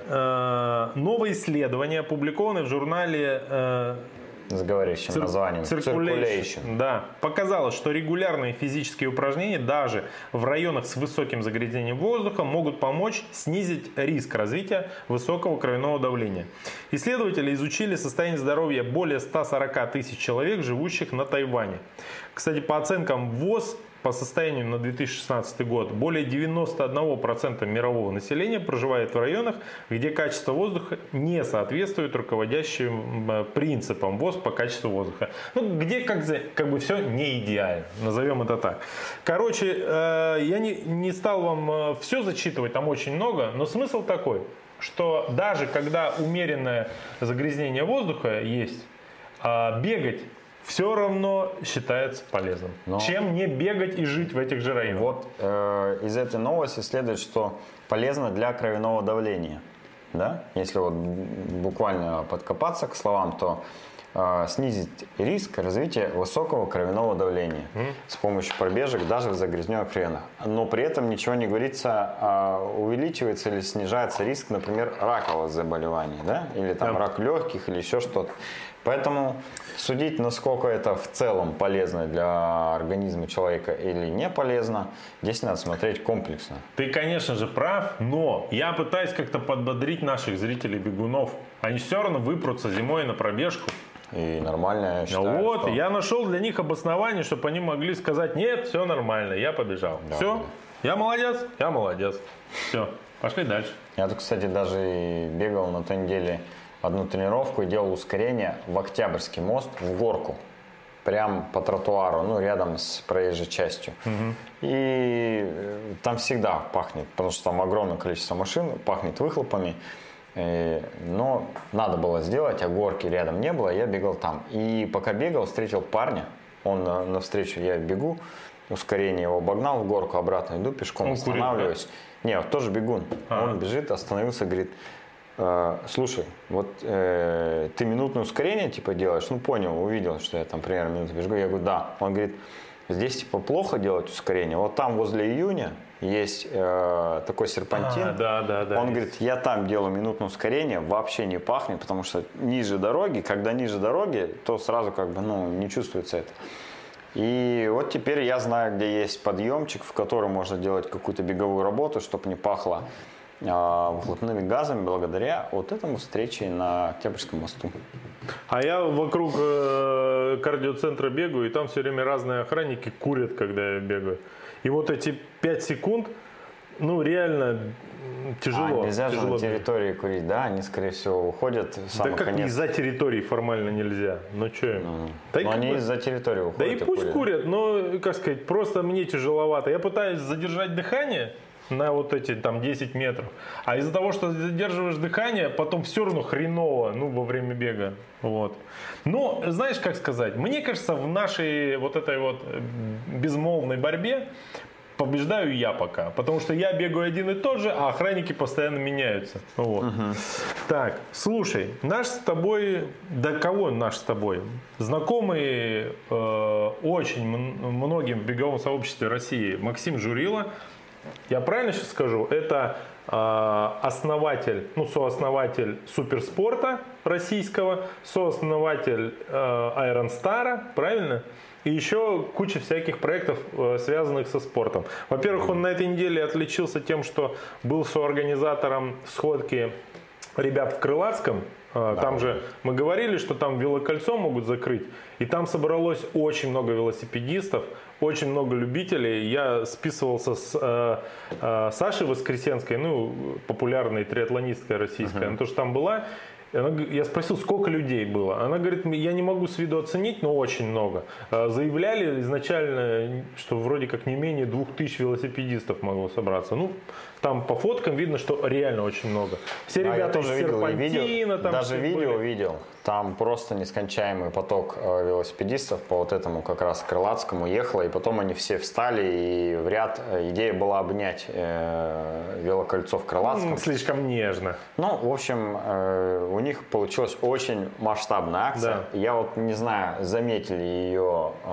э, новое исследование, опубликованное в журнале э, с говорящим Цир- названием Circulation, Circulation. Да, показалось, что регулярные физические упражнения даже в районах с высоким загрязнением воздуха могут помочь снизить риск развития высокого кровяного давления. Исследователи изучили состояние здоровья более ста сорока тысяч человек, живущих на Тайване. Кстати, по оценкам ВОЗ, по состоянию на две тысячи шестнадцатый год, более девяносто один процент мирового населения проживает в районах, где качество воздуха не соответствует руководящим принципам ВОЗ по качеству воздуха. Ну, где как, как бы все не идеально, назовем это так. Короче, я не, не стал вам все зачитывать, там очень много, но смысл такой, что даже когда умеренное загрязнение воздуха есть, бегать все равно считается полезным. Но чем не бегать и жить в этих же районах. Вот э, из этой новости следует, что полезно для кровяного давления. Да? Если вот буквально подкопаться к словам, то э, снизить риск развития высокого кровяного давления mm. с помощью пробежек даже в загрязненных районах. Но при этом ничего не говорится, э, увеличивается или снижается риск, например, раковых заболеваний, да? Или там yeah. рак легких или еще что-то. Поэтому судить, насколько это в целом полезно для организма человека или не полезно, здесь надо смотреть комплексно. Ты, конечно же, прав, но я пытаюсь как-то подбодрить наших зрителей-бегунов. Они все равно выпрутся зимой на пробежку. И нормально, я считаю. Вот, что... я нашел для них обоснование, чтобы они могли сказать: нет, все нормально, я побежал. Да, все, да. Я молодец, я молодец. Все, пошли дальше. Я тут, кстати, даже и бегал на той неделе одну тренировку и делал ускорение в Октябрьский мост в горку. Прям по тротуару, ну, рядом с проезжей частью. Угу. И там всегда пахнет, потому что там огромное количество машин, пахнет выхлопами. И, но надо было сделать, а горки рядом не было, я бегал там. И пока бегал, встретил парня, он навстречу, я бегу, ускорение его обогнал в горку, обратно иду пешком, он останавливаюсь. Курит, да? Не, тоже бегун. А-а. Он бежит, остановился, говорит: слушай, вот э, ты минутное ускорение типа делаешь, ну понял, увидел, что я там примерно минуту бегу, я говорю, да. Он говорит, здесь типа плохо делать ускорение, вот там возле июня есть э, такой серпантин, а, да, да, да, он есть. Говорит, я там делаю минутное ускорение, вообще не пахнет, потому что ниже дороги, когда ниже дороги, то сразу как бы, ну, не чувствуется это. И вот теперь я знаю, где есть подъемчик, в котором можно делать какую-то беговую работу, чтобы не пахло а, выхлопными газами, благодаря вот этому встрече на Октябрьском мосту. А я вокруг э, кардиоцентра бегаю, и там все время разные охранники курят, когда я бегаю. И вот эти пять секунд, ну реально тяжело. А, нельзя тяжело же на территории курить, да? Они, скорее всего, уходят в самый Да как конец. из-за территории формально нельзя. Ну что им? Mm. Да, Но они бы... из-за территории уходят. Да и, и пусть курят. курят, но, как сказать, просто мне тяжеловато. Я пытаюсь задержать дыхание на вот эти там десять метров. А из-за того, что задерживаешь дыхание, потом все равно хреново, ну, во время бега. Вот. Но, знаешь, как сказать, мне кажется, в нашей вот этой вот безмолвной борьбе побеждаю я пока. Потому что я бегаю один и тот же, а охранники постоянно меняются. Вот. Угу. Так, слушай, наш с тобой, да кого наш с тобой? Знакомый э, очень многим в беговом сообществе России Максим Журило. Я правильно сейчас скажу? Это э, основатель, ну, сооснователь суперспорта российского, сооснователь э, Iron Star, правильно? И еще куча всяких проектов, связанных со спортом. Во-первых, он на этой неделе отличился тем, что был соорганизатором сходки ребят в Крылатском. Да. Там же мы говорили, что там велокольцо могут закрыть. И там собралось очень много велосипедистов, очень много любителей. Я списывался с э, э, Сашей Воскресенской, ну, популярной триатлонисткой российской. Uh-huh. Она тоже там была. Она, я спросил, сколько людей было. Она говорит, я не могу с виду оценить, но очень много. Заявляли изначально, что вроде как не менее двух тысяч велосипедистов могло собраться. Ну, там по фоткам видно, что реально очень много. Все а ребята из серпантина. Там даже видео были. видел. Там просто нескончаемый поток велосипедистов по вот этому как раз Крылатскому ехало. И потом они все встали и в ряд. Идея была обнять э, велокольцо в Крылатском. Слишком нежно. Ну, в общем, э, у них получилась очень масштабная акция. Да. Я вот не знаю, заметили ее э,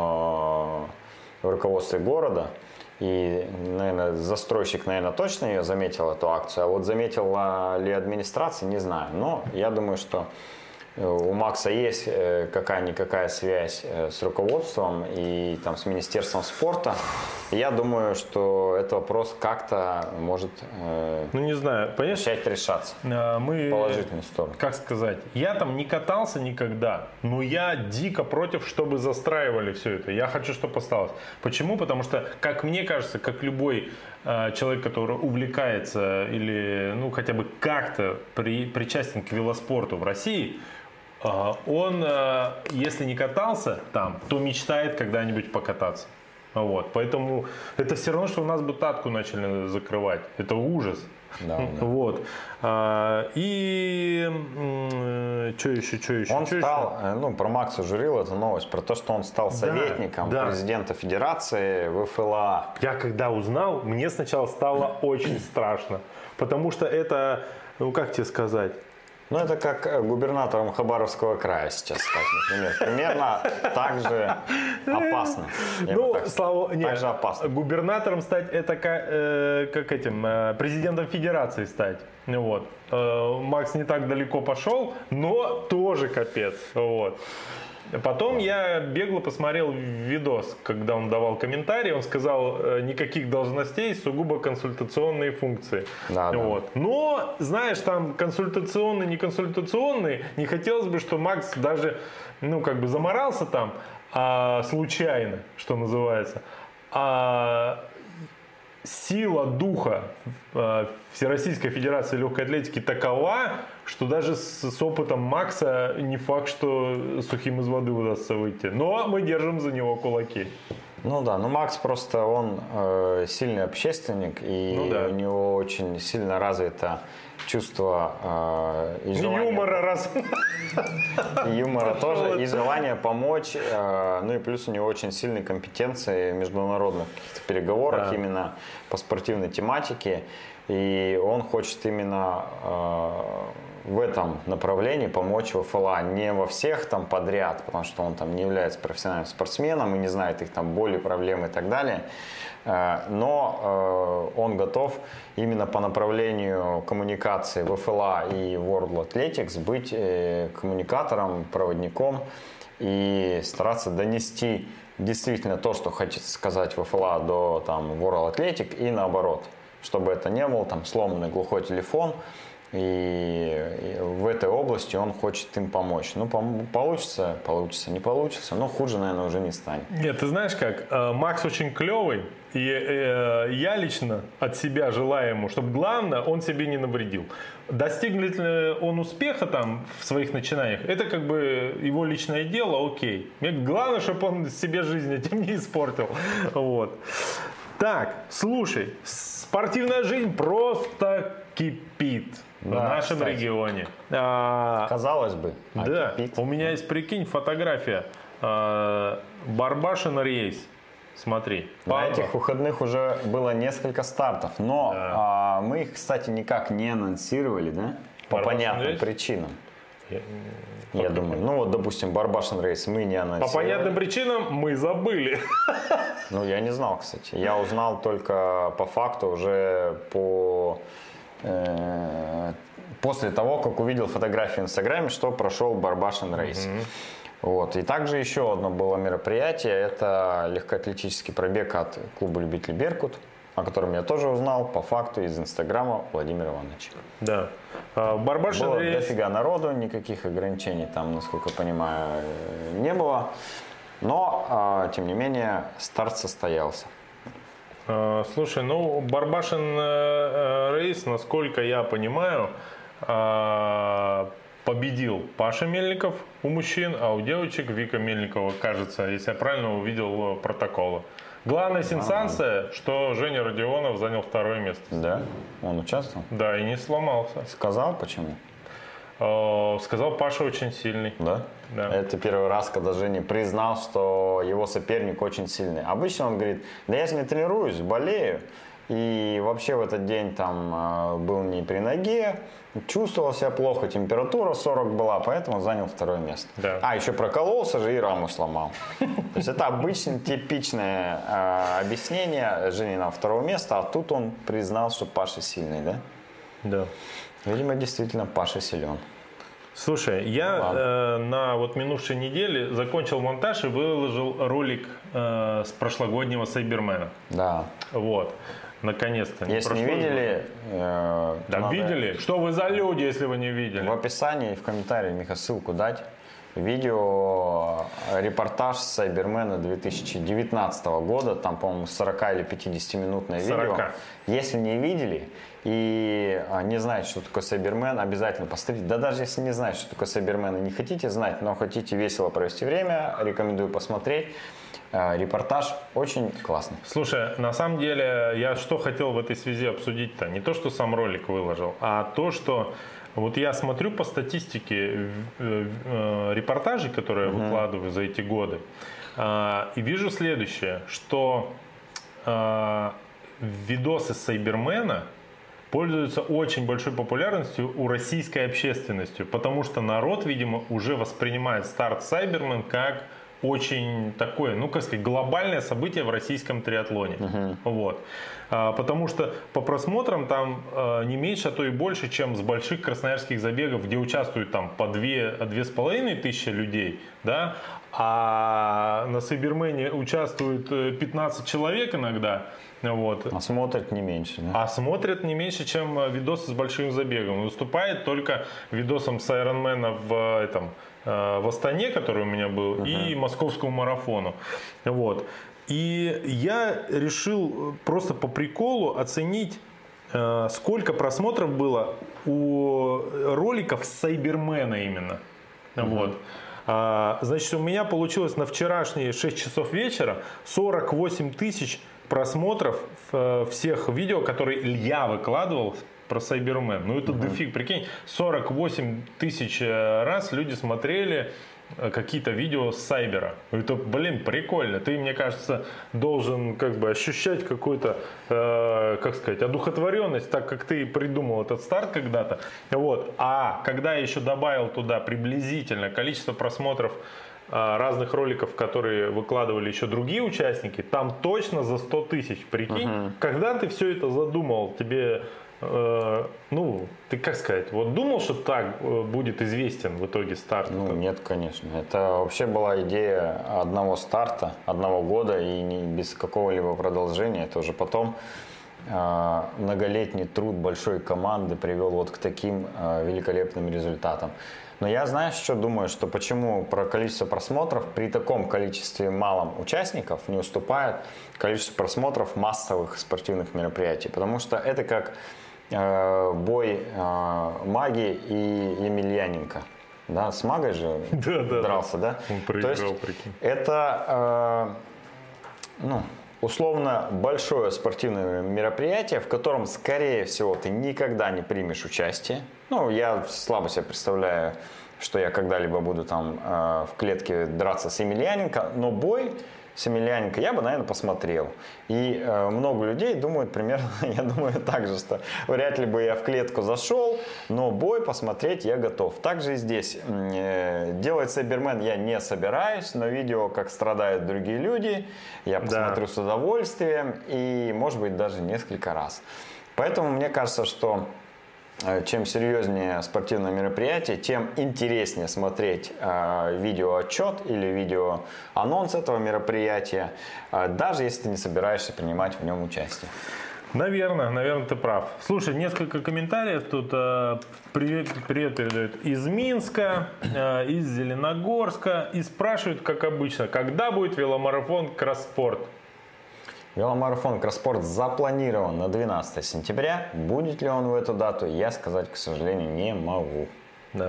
в руководстве города. И, наверное, застройщик, наверное, точно ее заметил, эту акцию. А вот заметила ли администрация, не знаю. Но я думаю, что у Макса есть какая-никакая связь с руководством и там, с Министерством спорта. И я думаю, что этот вопрос как-то может ну, не знаю, начать решаться мы, в положительную сторону. Как сказать, я там не катался никогда, но я дико против, чтобы застраивали все это. Я хочу, чтобы осталось. Почему? Потому что, как мне кажется, как любой э, человек, который увлекается или ну, хотя бы как-то при, причастен к велоспорту в России, он, если не катался там, то мечтает когда-нибудь покататься. Вот. Поэтому это все равно, что у нас бы татку начали закрывать. Это ужас. Да, да. Вот. И что еще, что еще? Он что стал, еще? ну, про Макса Журило, это новость, про то, что он стал советником да, да. президента Федерации ВФЛА. Я когда узнал, мне сначала стало очень страшно. Потому что это, ну как тебе сказать? Ну, это как губернатором Хабаровского края сейчас стать, например. Примерно так же опасно. Ну, так, слава... так Нет, же опасно. Губернатором стать, это как, э, как этим, э, президентом Федерации стать. Вот. Э, Макс не так далеко пошел, но тоже капец. Вот. Потом я бегло посмотрел видос, когда он давал комментарий, он сказал, никаких должностей, сугубо консультационные функции. Да, вот. да. Но, знаешь, там консультационные, не консультационные, не хотелось бы, что Макс даже, ну, как бы заморался там, а, случайно, что называется. А сила духа э, Всероссийской Федерации Легкой Атлетики такова, что даже с, с опытом Макса не факт, что сухим из воды удастся выйти. Но мы держим за него кулаки. Ну да, ну Макс просто, он э, сильный общественник, и ну, да. у него очень сильно развито чувство э, и желание... Юмора раз. Юмора тоже, и желание помочь. Э, ну и плюс у него очень сильные компетенции в международных каких-то переговорах, да. именно по спортивной тематике. И он хочет именно э, в этом направлении помочь ВФЛА. Не во всех там подряд, потому что он там не является профессиональным спортсменом и не знает их там боли, проблемы и так далее. Э, но э, он готов именно по направлению коммуникации ВФЛА и World Athletics быть э, коммуникатором, проводником и стараться донести действительно то, что хочет сказать ВФЛА до там, World Athletic и наоборот. Чтобы это не был там сломанный глухой телефон, и, и в этой области он хочет им помочь. Ну, пом- получится, получится, не получится, но хуже, наверное, уже не станет. Нет, ты знаешь как, э, Макс очень клевый, и э, я лично от себя желаю ему, чтобы главное, он себе не навредил. Достигнет ли он успеха там в своих начинаниях, это как бы его личное дело, окей. Мне главное, чтобы он себе жизнь этим не испортил. Вот. Так, слушай, спортивная жизнь просто кипит Да, в нашем кстати. регионе. А, Казалось бы. а да, кипит. у меня есть, прикинь, фотография. А, Барбашин рейс. Смотри. На Папа. этих выходных уже было несколько стартов, но Да. а, мы их, кстати, никак не анонсировали, да? По Барбашин понятным рейс? причинам. Я- Я думаю, ну вот, допустим, Барбашин рейс мы не По анонсировали. понятным причинам мы забыли. Ну, я не знал, кстати. Я узнал только по факту уже по э, после того, как увидел фотографии в Инстаграме, что прошел Барбашин рейс. Вот. И также еще одно было мероприятие. Это легкоатлетический пробег от клуба любителей Беркут, о котором я тоже узнал по факту из Инстаграма Владимира Ивановича. Да. А, Барбашин Было рейс. дофига народу, никаких ограничений там, насколько я понимаю, э, не было. Но, а, тем не менее, старт состоялся. А, Слушай, ну Барбашин э, э, рейс, насколько я понимаю, а, победил Паша Мельников у мужчин, а у девочек Вика Мельникова, кажется, если я правильно увидел э, протоколы. Главная сенсация, что Женя Родионов занял второе место. Да? Он участвовал? Да, и не сломался. Сказал, почему? Э, Сказал, Паша очень сильный. Да? Да. Это первый раз, когда Женя признал, что его соперник очень сильный. Обычно он говорит, да я же не тренируюсь, болею. И вообще в этот день там э, был не при ноге, чувствовал себя плохо, температура сорок была, поэтому занял второе место. Да. А, еще прокололся же и раму сломал. То есть это обычно типичное э, объяснение Жениного второго места, а тут он признал, что Паша сильный, да? Да. Видимо, действительно Паша силен. Слушай, я Ладно. э, на вот минувшей неделе закончил монтаж и выложил ролик э, с прошлогоднего Сайбермена. Да. Вот. Наконец-то. Если не прошло. видели, э, Так надо видели? Что вы за люди, если вы не видели? в описании и в комментарии, Миха, ссылку дать. Видео, э, репортаж с Сайбермена две тысячи девятнадцатого года, там, по-моему, сорок или пятидесятиминутное видео. сорок. Если не видели и а, не знаете, что такое Сайбермен, обязательно посмотрите. Да даже если не знаете, что такое Сайбермен и не хотите знать, но хотите весело провести время, рекомендую посмотреть. Э, Репортаж очень классный. Слушай, на самом деле, я что хотел в этой связи обсудить-то? Не то, что сам ролик выложил, а то, что вот я смотрю по статистике э, э, репортажей, которые я выкладываю за эти годы, э, и вижу следующее, что э, видосы Сайбермена пользуются очень большой популярностью у российской общественности, потому что народ, видимо, уже воспринимает старт Сайбермен как очень такое, ну как сказать, глобальное событие в российском триатлоне. Uh-huh. Вот. А, потому что по просмотрам там а, не меньше, а то и больше, чем с больших красноярских забегов, где участвуют там по две, две с половиной тысячи людей, да, а на Сайбермене участвуют пятнадцать человек иногда. Вот. А смотрят не меньше, да? А смотрят не меньше, чем видосы с большим забегом. Выступает только видосом с Айронмена в этом в Астане, который у меня был, uh-huh. и московскому марафону. Вот. И я решил просто по приколу оценить, сколько просмотров было у роликов с Сайбермена именно. Uh-huh. Вот. Значит, у меня получилось на вчерашние шесть часов вечера сорок восемь тысяч просмотров всех видео, которые я выкладывал про Сайбермен. Ну это uh-huh. дофиг, прикинь, сорок восемь тысяч раз люди смотрели какие-то видео с Сайбера. Это, блин, прикольно. Ты, мне кажется, должен как бы ощущать какую-то, э, как сказать, одухотворенность, так как ты придумал этот старт когда-то. Вот. А когда я еще добавил туда приблизительно количество просмотров разных роликов, которые выкладывали еще другие участники, там точно за сто тысяч, прикинь. Uh-huh. Когда ты все это задумал, тебе э, ну, ты как сказать, вот думал, что так э, будет известен в итоге старт? Ну, нет, конечно. Это вообще была идея одного старта, одного года и не, без какого-либо продолжения. Это уже потом э, многолетний труд большой команды привел вот к таким э, великолепным результатам. Но я, знаешь, что думаю, что почему про количество просмотров при таком количестве малом участников не уступает количество просмотров массовых спортивных мероприятий. Потому что это как э, бой э, Маги и Емельяненко. Да, с Магой же Да, да, дрался, да? Он То есть проиграл, прикинь. это э, ну, условно большое спортивное мероприятие, в котором, скорее всего, ты никогда не примешь участие. Ну, я слабо себе представляю, что я когда-либо буду там э, в клетке драться с Емельяненко, но бой с Емельяненко я бы, наверное, посмотрел. И э, много людей думают примерно, я думаю, так же, что вряд ли бы я в клетку зашел, но бой посмотреть я готов. Также и здесь. Э, делать Сайбермен я не собираюсь, но видео, как страдают другие люди, я посмотрю Да. с удовольствием и, может быть, даже несколько раз. Поэтому мне кажется, что чем серьезнее спортивное мероприятие, тем интереснее смотреть э, видеоотчет или видеоанонс этого мероприятия, э, даже если ты не собираешься принимать в нем участие. Наверное, наверное, ты прав. Слушай, несколько комментариев тут. Э, привет, привет передают из Минска, э, из Зеленогорска. И спрашивают, как обычно, когда будет веломарафон Кросспорт? Веломарафон Кросспорт запланирован на двенадцатое сентября. Будет ли он в эту дату, я сказать, к сожалению, не могу. Да.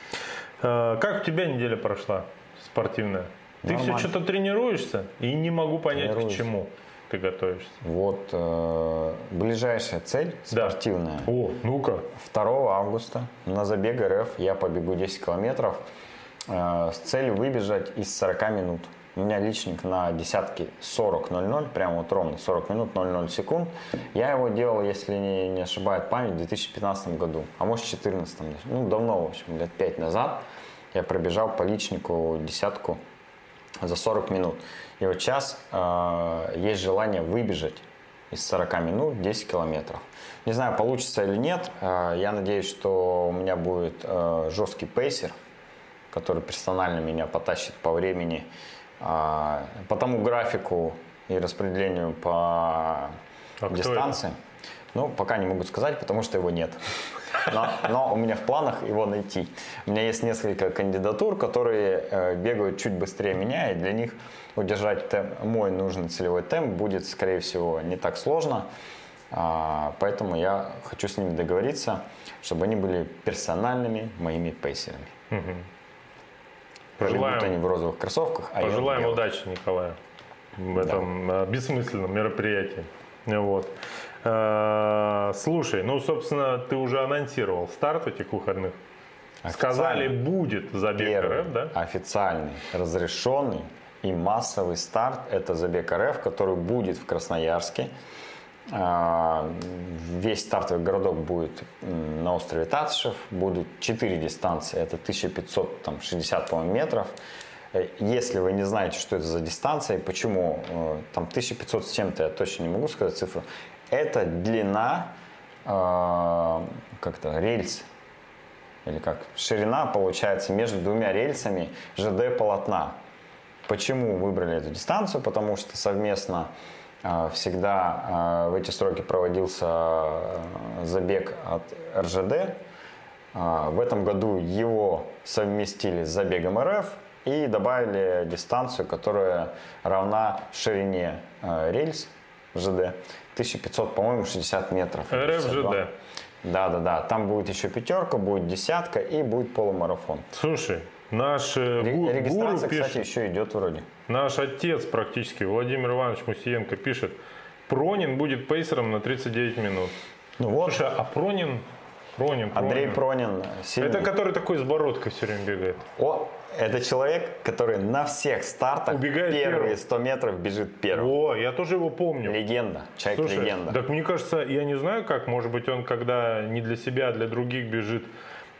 Э, как у тебя неделя прошла спортивная? Ты Нормально. все что-то тренируешься? И не могу понять, Тренируюсь. к чему ты готовишься. Вот э, ближайшая цель Да. спортивная. О, ну-ка. второго августа на забег РФ я побегу десять километров э, с целью выбежать из сорока минут. У меня личник на десятке сорок ноль ноль, прямо вот ровно сорок минут ноль ноль секунд. Я его делал, если не, не ошибает память, в две тысячи пятнадцатом году, а может в две тысячи четырнадцатом. Ну, давно, в общем, лет пять назад я пробежал по личнику десятку за сорок минут. И вот сейчас э, есть желание выбежать из сорока минут десять километров. Не знаю, получится или нет. Э, я надеюсь, что у меня будет э, жесткий пейсер, который персонально меня потащит по времени, э, по тому графику и распределению по А дистанции. Ну, пока не могу сказать, потому что его нет. Но, но у меня в планах его найти. У меня есть несколько кандидатур, которые э, бегают чуть быстрее меня, и для них удержать темп, мой нужный целевой темп будет, скорее всего, не так сложно. А, поэтому я хочу с ними договориться, чтобы они были персональными моими пейсерами. Угу. Пожелаем, Пожелаем, они в розовых кроссовках, а пожелаем я в белых. удачи, Николаю, в этом э, бессмысленном мероприятии. Вот. Э, Слушай, ну, собственно, ты уже анонсировал старт этих выходных. Сказали, будет забег Первый РФ, да? официальный, разрешенный и массовый старт – это забег РФ, который будет в Красноярске. А, Весь стартовый городок будет м, на острове Татышев. Будут четыре дистанции. Это тысяча пятьсот шестьдесят, по-моему, метров. Э, Если вы не знаете, что это за дистанция и почему, э, там тысяча пятьсот с чем-то, я точно не могу сказать цифру. Это длина э, как-то рельс. Или как ширина получается между двумя рельсами ЖД-полотна. Почему выбрали эту дистанцию? Потому что совместно э, всегда э, в эти сроки проводился э, забег от РЖД. Э, в этом году его совместили с забегом РФ и добавили дистанцию, которая равна ширине э, рельс ЖД. тысяча пятьсот, по-моему, шестьдесят метров. РФЖД. Да-да-да, там будет еще пятерка, будет десятка и будет полумарафон. Слушай, наш э, Ре- гу- гуру Регистрация, пишет, кстати, еще идет вроде. наш отец практически, Владимир Иванович Мусиенко, пишет, Пронин будет пейсером на тридцать девять минут. Ну вот, Слушай, а Пронин, Пронин, Андрей Пронин. Пронин сильный. Это который такой с бородкой все время бегает. О, это человек, который на всех стартах Убегает первые первым. сто метров бежит первым. О, я тоже его помню. Легенда, Слушай, человек-легенда. так мне кажется, я не знаю как, может быть он когда не для себя, а для других бежит,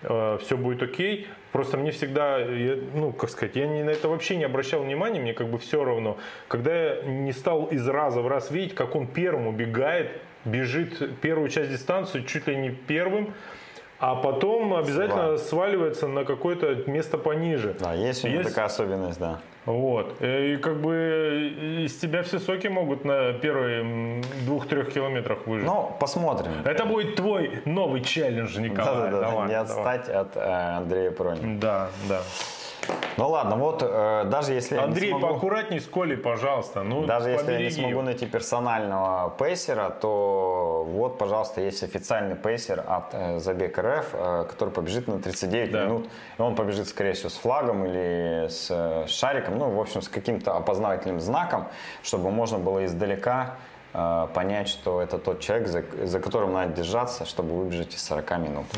э, все будет окей. Просто мне всегда, я, ну, как сказать, я не, на это вообще не обращал внимания, мне как бы все равно. Когда я не стал из раза в раз видеть, как он первым убегает, бежит первую часть дистанции чуть ли не первым, а потом обязательно Да. сваливается на какое-то место пониже. Да, есть у него Есть- такая особенность, да. Вот. И как бы из тебя все соки могут на первые двух-трех километрах выжить. Ну, посмотрим. Это будет твой новый челлендж, Николай. Да-да-да, Давай, не давай. отстать от э, Андрея Пронина. Да, да. Ну ладно, вот э, даже если Андрей, я не смогу, поаккуратней с Колей, пожалуйста. Ну, даже если я не побереги смогу его. найти персонального пейсера, то вот, пожалуйста, есть официальный пейсер от э, Забег РФ, э, который побежит на тридцать девять Да. минут. И он побежит, скорее всего, с флагом или с э, шариком, ну, в общем, с каким-то опознавательным знаком, чтобы можно было издалека э, понять, что это тот человек, за, за которым надо держаться, чтобы выбежать из сорока минут.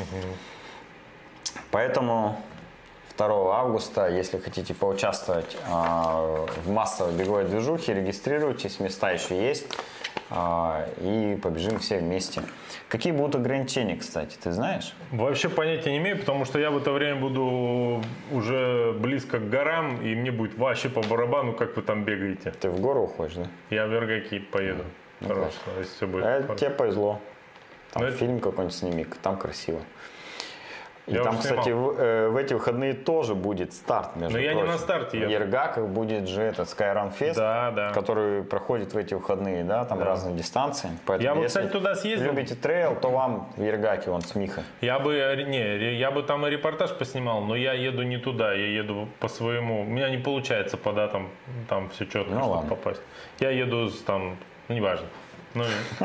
Поэтому второго августа, если хотите поучаствовать э, в массовой беговой движухе, регистрируйтесь, места еще есть, э, и побежим все вместе. Какие будут ограничения, кстати, ты знаешь? Вообще понятия не имею, потому что я в это время буду уже близко к горам, и мне будет вообще по барабану, как вы там бегаете. Ты в гору уходишь, да? Я в Вергаки поеду. Хорошо, если все будет. Э, хорошо. тебе повезло. Там Ну, это- фильм какой-нибудь сними, там красиво. И Я там, уже кстати, в, э, в эти выходные тоже будет старт, между Но я не прочим. на старте В еду. Ергаках будет же этот Skyrun Fest, Да, да. который проходит в эти выходные, да, там Да. разные дистанции. Поэтому Я вот, если кстати, туда съездил. любите трейл, то вам в Ергаке, вон с Михой. Я бы, э, не, я бы там и репортаж поснимал, но я еду не туда, я еду по своему. У меня не получается по датам там все четко, Ну, чтобы ладно. попасть. Я еду с, там, ну неважно. Ну,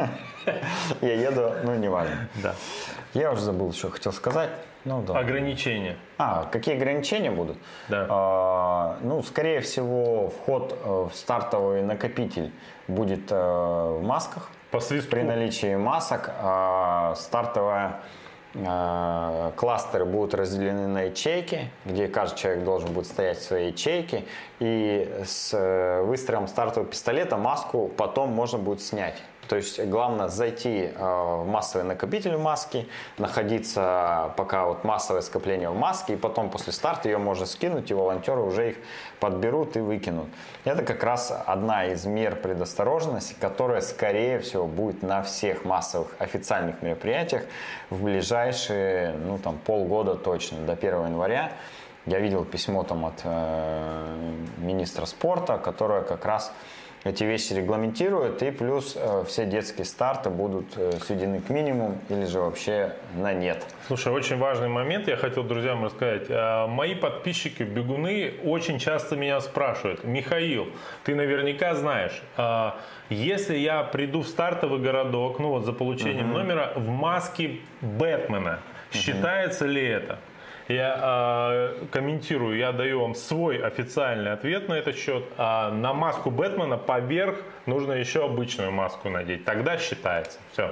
Я еду, ну, не важно. да. Я уже забыл, что хотел сказать. Ну, да. Ограничения. А, какие ограничения будут? Да. А, ну, скорее всего, вход э, в стартовый накопитель будет э, в масках. По свистку. При наличии масок а, стартовые а, кластеры будут разделены на ячейки, где каждый человек должен будет стоять в своей ячейке. И с э, выстрелом стартового пистолета маску потом можно будет снять. То есть главное зайти э, в массовый накопитель маски, находиться пока вот массовое скопление в маске, и потом после старта ее можно скинуть, и волонтеры уже их подберут и выкинут. Это как раз одна из мер предосторожности, которая скорее всего будет на всех массовых официальных мероприятиях в ближайшие, ну там полгода точно, до первого января. Я видел письмо там от э, министра спорта, которое как раз эти вещи регламентируют, и плюс э, все детские старты будут э, сведены к минимуму или же вообще на нет. Слушай, очень важный момент, я хотел друзьям рассказать. А, Мои подписчики, бегуны, очень часто меня спрашивают: Михаил, ты наверняка знаешь, а, если я приду в стартовый городок, ну вот за получением Мгм. номера, в маске Бэтмена, считается ли это? Я э, комментирую, я даю вам свой официальный ответ на этот счет. А на маску Бэтмена поверх нужно еще обычную маску надеть. Тогда считается. Все.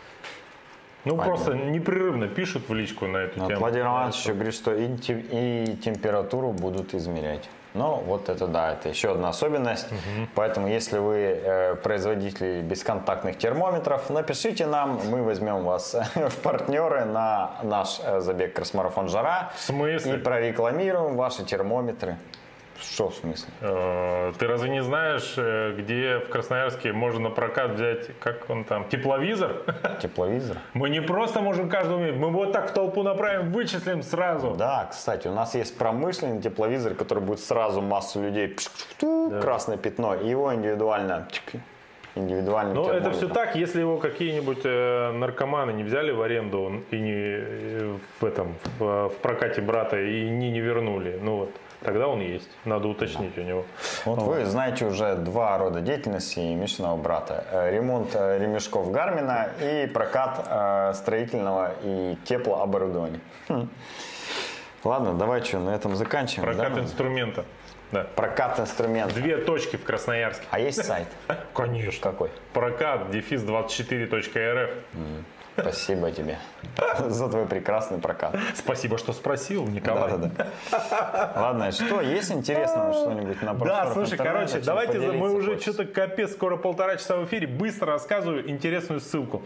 Ну, Понятно. просто непрерывно пишут в личку на эту Но тему. Владимир Иванович еще говорит, что и, те- и температуру будут измерять. Ну, вот это да, это еще одна особенность. Поэтому, если вы э, производитель бесконтактных термометров, напишите нам, мы возьмем вас в партнеры на наш э, забег кросс-марафон «Жара» В смысле? и прорекламируем ваши термометры. Что в смысле? Э, Ты разве не знаешь, э, где в Красноярске можно на прокат взять, как он там, тепловизор? Тепловизор? Мы не просто можем каждому иметь, мы вот так в толпу направим, вычислим сразу. Да, кстати, у нас есть промышленный тепловизор, который будет сразу массу людей, пш-пш-пш, красное пятно, и его индивидуально, чик, индивидуальный Ну, это термометр. все так, если его какие-нибудь э, наркоманы не взяли в аренду и не э, в этом в, в прокате брата и не, не вернули. Ну вот, тогда он есть. Надо уточнить у него. Вот вы знаете уже два рода деятельности Мишиного брата. Э, Ремонт э, ремешков Гармина и прокат э, строительного и теплооборудования. Хм. Ладно, давай что, на этом заканчиваем. Прокат да? инструмента. Да. Прокат инструментов. Две точки в Красноярске. А есть сайт? Конечно. Какой? Прокат дефис двадцать четыре точка эр эф. Спасибо тебе за твой прекрасный прокат. Спасибо, что спросил, Николай. Да, да, да. Ладно, что, есть интересного что-нибудь на просторах Да, слушай, интернета, короче, чем давайте, за- мы поделиться уже хочется? что-то капец, скоро полтора часа в эфире, быстро рассказываю интересную ссылку.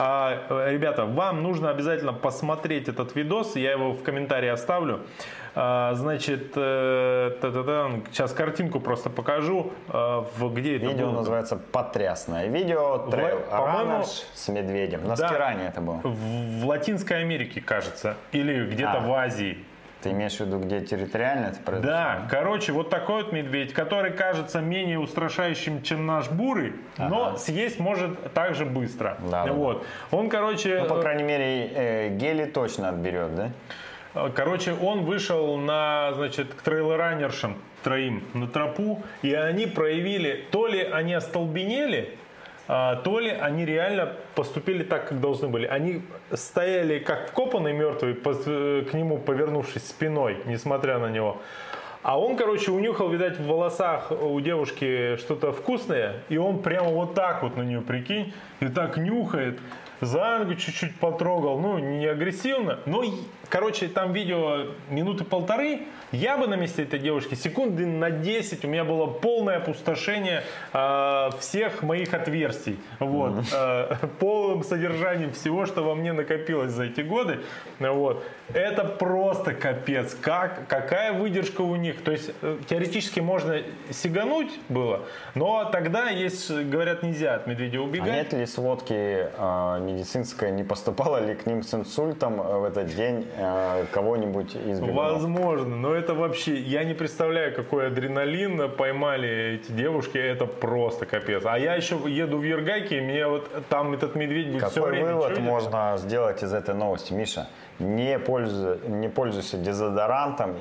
А, ребята, вам нужно обязательно посмотреть этот видос, я его в комментарии оставлю. А, значит, э, та-та-та, сейчас картинку просто покажу, э, в, где это Видео было. называется «Потрясное видео». Трейл по-моему, Аранаш с медведем. На да. Скиране это было. В, в Латинской Америке, кажется, или где-то А. в Азии. Ты имеешь в виду, где территориально это произошло? Да, короче, вот такой вот медведь, который кажется менее устрашающим, чем наш бурый, но Ага. съесть может так же быстро. Да, да, вот. Он, короче, Ну, по крайней мере, э, гели точно отберет, да? э, короче, он вышел на, значит, к трейлеранершам троим на тропу, и они проявили, то ли они остолбенели, а, то ли они реально поступили так, как должны были. Они стояли как вкопанные мертвые, пос- э, к нему повернувшись спиной, несмотря на него. А он, короче, унюхал, видать, в волосах у девушки что-то вкусное, и он прямо вот так вот на нее, прикинь, и так нюхает, за ногу чуть-чуть потрогал, ну, не агрессивно, но, и- короче, там видео минуты полторы, я бы на месте этой девушки секунды на десять, у меня было полное опустошение э, всех моих отверстий, вот, э, полным содержанием всего, что во мне накопилось за эти годы, вот. Это просто капец, как, какая выдержка у них, то есть э, теоретически можно сигануть было, но тогда есть, говорят, нельзя от медведя А убегать. нет ли сводки э, медицинской, не поступало ли к ним с инсультом э, в этот день э, кого-нибудь из бегунов? Возможно, но это вообще, я не представляю, какой адреналин поймали эти девушки, это просто капец. А я еще еду в Ергаки, и мне вот там этот медведь будет все Какой время вывод чудит. можно сделать из этой новости, Миша? Не, пользуй, не пользуйся дезодорантом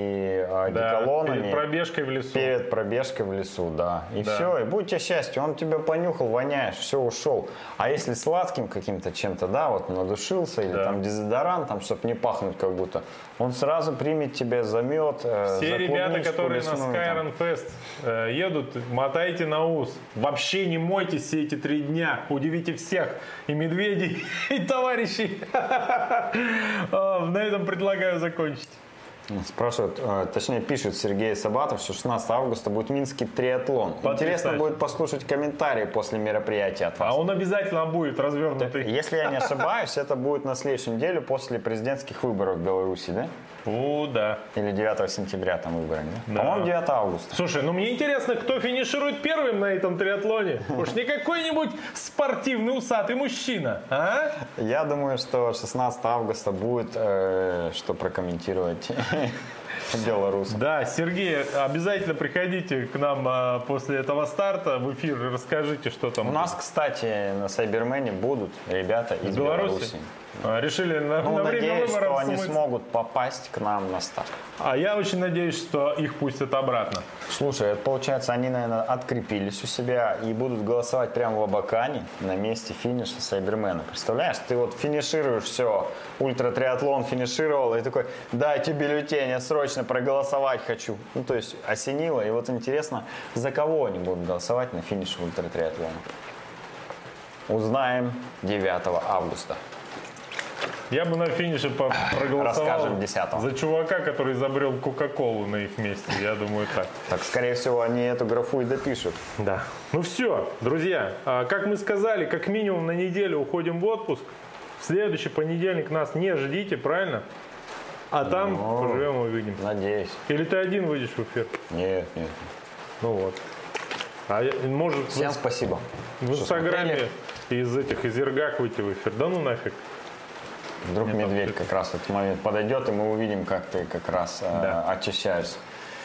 и э, Да, одеколонами перед пробежкой в лесу. перед пробежкой в лесу, да. И Да. все, и будь тебе счастье, он тебя понюхал, воняешь, все, ушел. А если сладким каким-то чем-то, да, вот надушился, или Да. там дезодорантом, чтобы не пахнуть как будто, он сразу примет тебя за мед, э, Все за ребята, клубничку которые на лесную, там. Skyrim Fest э, едут, мотайте на ус. Вообще не мойтесь все эти три дня. Удивите всех. И медведей, и товарищей. А, На этом предлагаю закончить. Спрашивают, э, точнее пишет Сергей Сабатов, что шестнадцатого августа будет Минский триатлон. Интересно Потрясающе. будет послушать комментарии после мероприятия от вас. А он обязательно будет развернутый. Если я не ошибаюсь, это будет на следующей неделе после президентских выборов в Беларуси, да? О, да. Или девятого сентября там выборы, да? Да. По-моему, девятого августа. Слушай, ну мне интересно, кто финиширует первым на этом триатлоне. Уж не какой-нибудь спортивный усатый мужчина, а? Я думаю, что шестнадцатого августа будет, э, что прокомментировать белорус. Да, Сергей, обязательно приходите к нам а, после этого старта в эфир и расскажите, что там. У нас, кстати, на Сайбермене будут ребята из из Беларуси. Беларуси. А, решили на, Ну, на время надеюсь, что выборов они смыть. смогут попасть к нам на старт. А я очень надеюсь, что их пустят обратно. Слушай, это получается, они, наверное, открепились у себя и будут голосовать прямо в Абакане на месте финиша Сайбермена. Представляешь, ты вот финишируешь все, ультратриатлон финишировал и такой, дайте бюллетень, я срочно проголосовать хочу. Ну, то есть осенило, и вот интересно, за кого они будут голосовать на финише ультратриатлона. Узнаем девятого августа. Я бы на финише по- проголосовал Расскажем десятого. за чувака, который изобрел Кока-Колу на их месте. Я думаю, так. Так, скорее всего, они эту графу и допишут. Да. Ну все, друзья, а, как мы сказали, как минимум на неделю уходим в отпуск. В следующий понедельник нас не ждите, правильно? А там Ну, поживем и увидим. Надеюсь. Или ты один выйдешь в эфир? Нет, нет. Ну вот. А я- может Всем в, спасибо. в что Инстаграме смотрели. из этих, из Иргак выйти в эфир? Да ну нафиг. Вдруг Нет, медведь там как раз в этот момент подойдет, и мы увидим, как ты как раз э, Да. очищаешься.